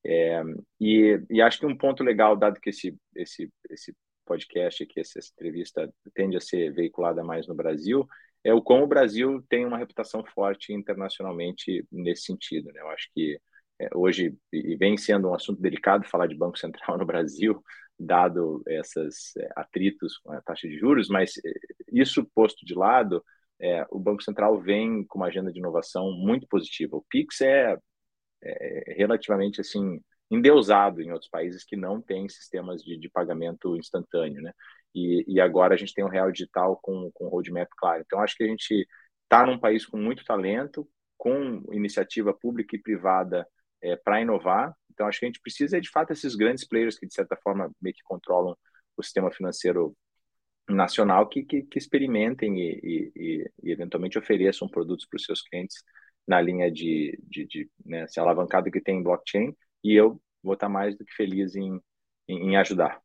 E acho que um ponto legal, dado que esse podcast aqui, essa entrevista tende a ser veiculada mais no Brasil, é o como o Brasil tem uma reputação forte internacionalmente nesse sentido, né? Eu acho que hoje, e vem sendo um assunto delicado falar de Banco Central no Brasil, dado esses atritos com a taxa de juros, mas isso posto de lado, o Banco Central vem com uma agenda de inovação muito positiva. O Pix é relativamente assim endeusado em outros países que não têm sistemas de pagamento instantâneo, né? E agora a gente tem um real digital com roadmap claro. Então acho que a gente está num país com muito talento, com iniciativa pública e privada para inovar. Então acho que a gente precisa de fato desses grandes players que de certa forma meio que controlam o sistema financeiro nacional que experimentem e eventualmente ofereçam produtos para os seus clientes na linha de né, se alavancado que tem em blockchain, e eu vou estar mais do que feliz em ajudar.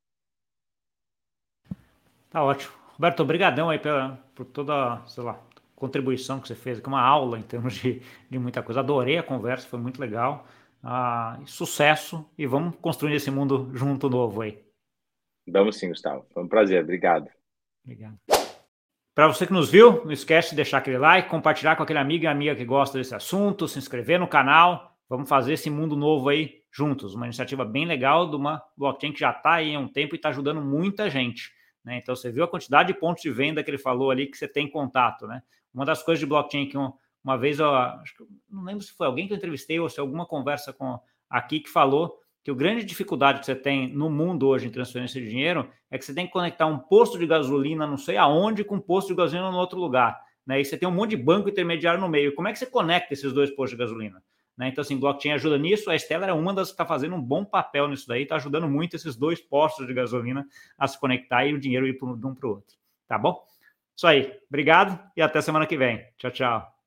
Tá ótimo. Roberto, obrigadão aí por toda, sei lá, contribuição que você fez, que é uma aula em termos de muita coisa. Adorei a conversa, foi muito legal. Sucesso e vamos construir esse mundo junto novo aí. Vamos sim, Gustavo. Foi um prazer. Obrigado. Obrigado. Para você que nos viu, não esquece de deixar aquele like, compartilhar com aquele amigo e amiga que gosta desse assunto, se inscrever no canal. Vamos fazer esse mundo novo aí juntos. Uma iniciativa bem legal de uma blockchain que já está aí há um tempo e está ajudando muita gente, né? Então, você viu a quantidade de pontos de venda que ele falou ali que você tem contato, né? Uma das coisas de blockchain que uma vez, acho que não lembro se foi alguém que eu entrevistei ou se alguma conversa aqui que falou que a grande dificuldade que você tem no mundo hoje em transferência de dinheiro é que você tem que conectar um posto de gasolina não sei aonde com um posto de gasolina no outro lugar, né? E você tem um monte de banco intermediário no meio. Como é que você conecta esses dois postos de gasolina? Né? Então, assim, blockchain ajuda nisso. A Stellar é uma das que está fazendo um bom papel nisso daí, está ajudando muito esses dois postos de gasolina a se conectar e o dinheiro ir de um para o outro. Tá bom? Isso aí. Obrigado e até semana que vem. Tchau, tchau.